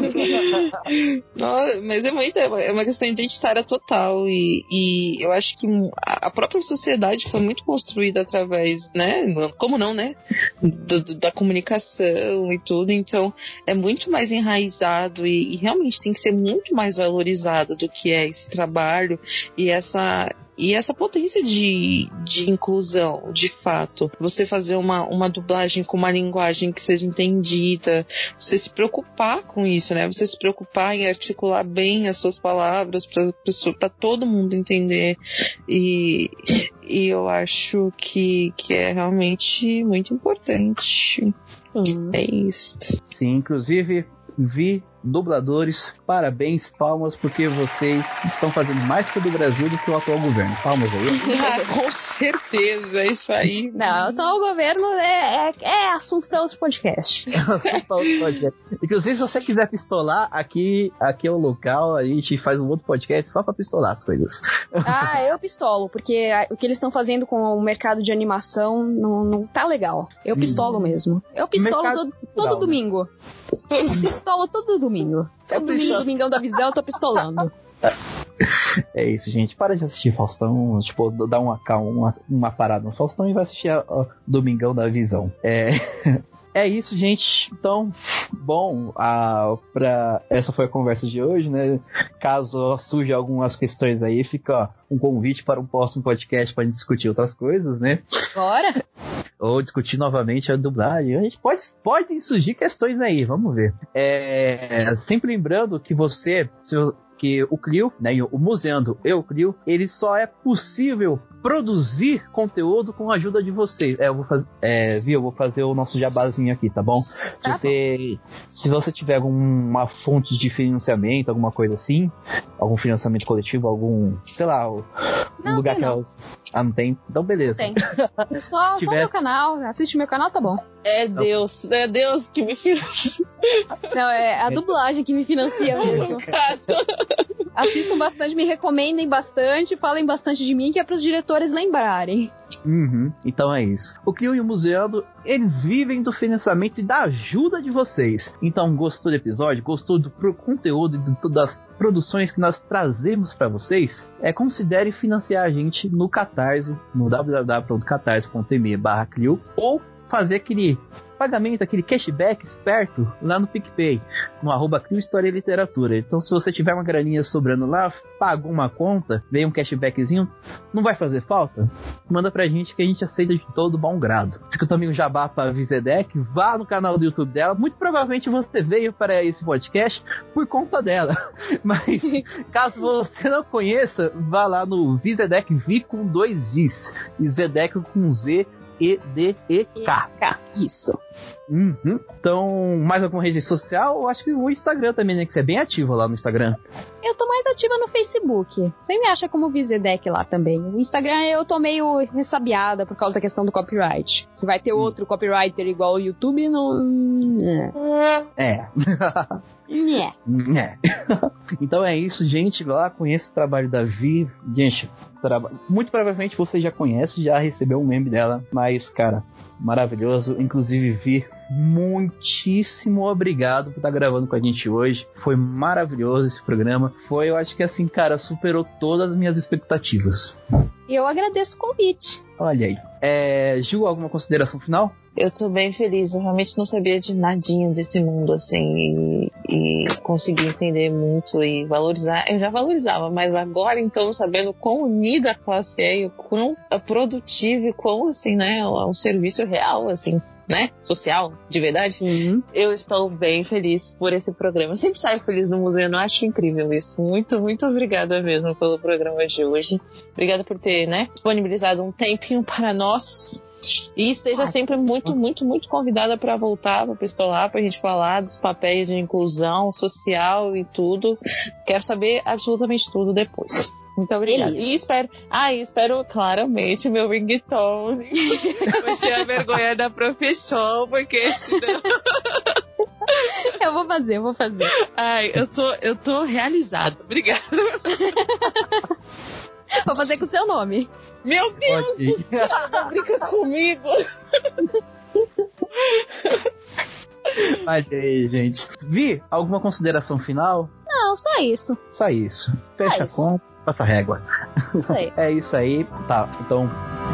Nossa, mas é uma questão identitária total, e eu acho que a própria sociedade foi muito construída através, né? Como não, né? Da comunicação e tudo, então é muito mais enraizado e realmente tem que ser muito mais valorizado do que é esse trabalho e essa potência de inclusão, de fato. Você fazer uma dublagem com uma linguagem que seja entendida, você se preocupar com isso, né? Você se preocupar em articular bem as suas palavras para todo mundo entender. E eu acho que é realmente muito importante. É isso. Sim, inclusive, Vi, dubladores, parabéns, palmas, porque vocês estão fazendo mais pelo Brasil do que o atual governo. Palmas aí. Com certeza, isso aí. Não, o atual governo é assunto para outro podcast. Inclusive, se você quiser pistolar, aqui é o local, a gente faz um outro podcast só pra pistolar as coisas. Eu pistolo, porque o que eles estão fazendo com o mercado de animação não tá legal. Eu pistolo mesmo. Eu pistolo todo domingo. Eu pistolo todo domingo. Todo domingo, domingão da Visão, eu tô pistolando. É isso, gente. Para de assistir Faustão. Tipo, dá uma parada no Faustão e vai assistir o Domingão da Visão. É isso, gente. Então, bom, essa foi a conversa de hoje, né? Caso surjam algumas questões aí, fica um convite para um próximo podcast para a gente discutir outras coisas, né? Bora! Ou discutir novamente a dublagem. A gente pode surgir questões aí, vamos ver. Sempre lembrando que que o CRIO, né, o Museando e o CRIO, ele só é possível produzir conteúdo com a ajuda de vocês. Eu vou fazer o nosso jabazinho aqui, tá bom? Se você tiver alguma fonte de financiamento, alguma coisa assim, algum financiamento coletivo, sei lá, um lugar que elas... não tem? Então beleza. Não tem. Só meu canal, assiste meu canal, tá bom. É Deus que me financia. Não, é a dublagem que me financia mesmo. Assistam bastante, me recomendem bastante, falem bastante de mim, que é para os diretores lembrarem. Então é isso. O CRIO e o Museando, eles vivem do financiamento e da ajuda de vocês. Então, gostou do episódio? Gostou do conteúdo e das produções que nós trazemos para vocês? Considere financiar a gente no Catarse, no www.catarse.me/CRIO, ou fazer aquele pagamento, aquele cashback esperto lá no PicPay, no @CRIO História e Literatura. Então, se você tiver uma graninha sobrando lá, pagou uma conta, veio um cashbackzinho, não vai fazer falta? Manda pra gente que a gente aceita de todo bom grado. Fica também um jabá pra Vizedec, vá no canal do YouTube dela. Muito provavelmente você veio para esse podcast por conta dela. Mas, caso você não conheça, vá lá no Vizedec, Vi com 2 Is, e Zedek com Z, E-D-E-K. Isso. Então, mais alguma rede social? Eu acho que o Instagram também, né? Que você é bem ativo lá no Instagram. Eu tô mais ativa no Facebook. Você me acha como Vizedec lá também. O Instagram eu tô meio ressabiada por causa da questão do copyright. Se vai ter outro copywriter igual o YouTube, não... Então é isso, gente. Lá conheça o trabalho da Vi. Gente, muito provavelmente você já conhece, já recebeu um meme dela. Mas, cara, maravilhoso. Inclusive, Vi, muitíssimo obrigado por estar gravando com a gente hoje. Foi maravilhoso esse programa. Eu acho que assim, cara, superou todas as minhas expectativas. Eu agradeço o convite. Olha aí. Ju, alguma consideração final? Eu tô bem feliz, eu realmente não sabia de nadinha desse mundo, assim, e consegui entender muito e valorizar. Eu já valorizava, mas agora, então, sabendo quão unida a classe é, e quão produtiva e quão, assim, né, é um serviço real, assim, né, social, de verdade, eu estou bem feliz por esse programa. Eu sempre saio feliz no museu, eu acho incrível isso. Muito, muito obrigada mesmo pelo programa de hoje. Obrigada por ter, né, disponibilizado um tempinho para nós. E esteja sempre muito, muito, muito convidada para voltar, para pistolar, pra gente falar dos papéis de inclusão social e tudo. Quero saber absolutamente tudo depois. Muito obrigada. E espero claramente meu ringtone. Eu tinha a vergonha da profissão, porque senão... Eu vou fazer. Ai, eu tô realizada. Obrigada. Vou fazer com o seu nome. Meu Deus do céu, não brinca comigo. Mas aí, gente. Vi, alguma consideração final? Não, só isso. Fecha a conta, passa a régua. Isso aí. É isso aí. Tá, então...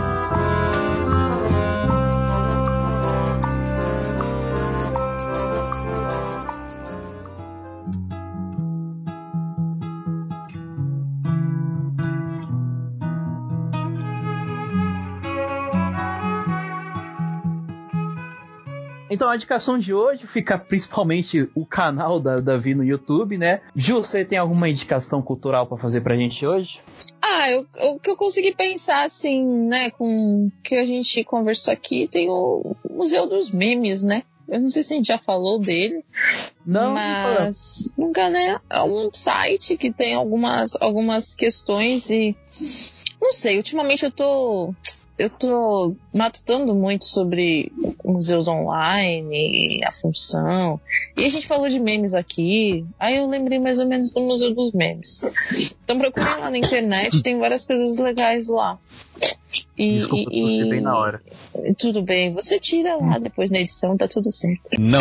Então a indicação de hoje fica principalmente o canal da Vi no YouTube, né? Ju, você tem alguma indicação cultural pra fazer pra gente hoje? O que eu consegui pensar, assim, né, com o que a gente conversou aqui, tem o Museu dos Memes, né? Eu não sei se a gente já falou dele. Não, mas nunca, né? É um site que tem algumas questões e não sei, ultimamente eu tô matutando muito sobre museus online, a função. E a gente falou de memes aqui. Aí eu lembrei mais ou menos do Museu dos Memes. Então procurem lá na internet, tem várias coisas legais lá. Desculpa, você bem na hora. Tudo bem, você tira lá depois na edição, tá tudo certo. Não.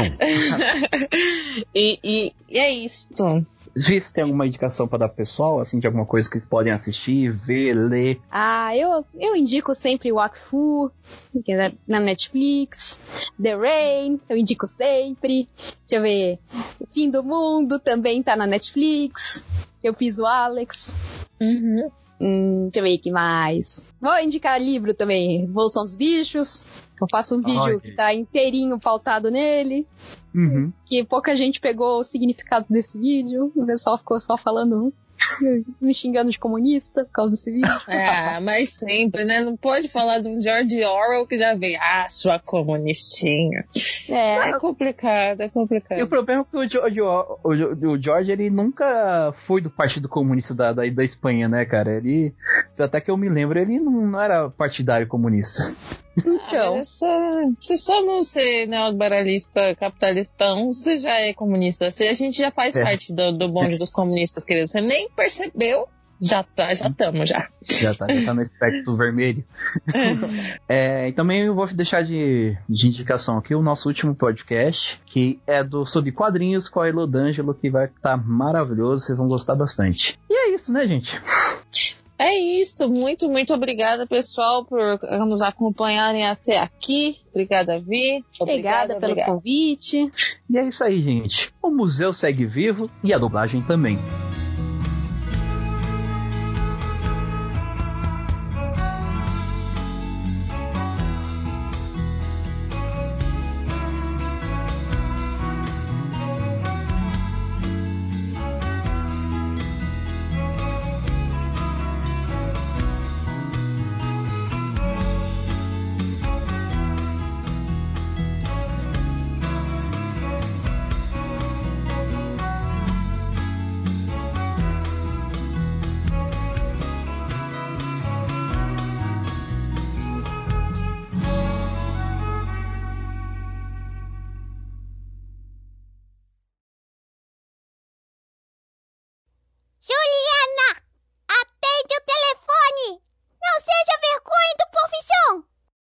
e é isso. Vê se tem alguma indicação pra dar pro pessoal, assim, de alguma coisa que eles podem assistir, ver, ler. Eu indico sempre o Wakfu, que é na Netflix. The Rain, eu indico sempre. Deixa eu ver. Fim do Mundo também tá na Netflix. Eu fiz o Alex. Uhum. Deixa eu ver o que mais. Vou indicar livro também, Revolução dos Bichos. Eu faço um vídeo que tá inteirinho pautado nele. Uhum. Que pouca gente pegou o significado desse vídeo. O pessoal ficou só falando, me xingando de comunista por causa desse vídeo. Mas sempre, né? Não pode falar de um George Orwell que já veio, sua comunistinha. É complicado, é complicado. E o problema é que o George, ele nunca foi do Partido Comunista da Espanha, né, cara? Ele, até que eu me lembro, ele não era partidário comunista. Então, se só não ser neoliberalista, capitalistão, você já é comunista. A gente já faz parte do bonde dos comunistas, querido. Você nem percebeu, já estamos. Já tá no espectro vermelho. E também eu vou deixar de indicação aqui o nosso último podcast, que é sobre quadrinhos com a Elo D'Angelo, que vai estar maravilhoso, vocês vão gostar bastante. E é isso, né, gente? É isso, muito, muito obrigada, pessoal, por nos acompanharem até aqui. Obrigada, Vi. Obrigada pelo convite. E é isso aí, gente. O museu segue vivo e a dublagem também.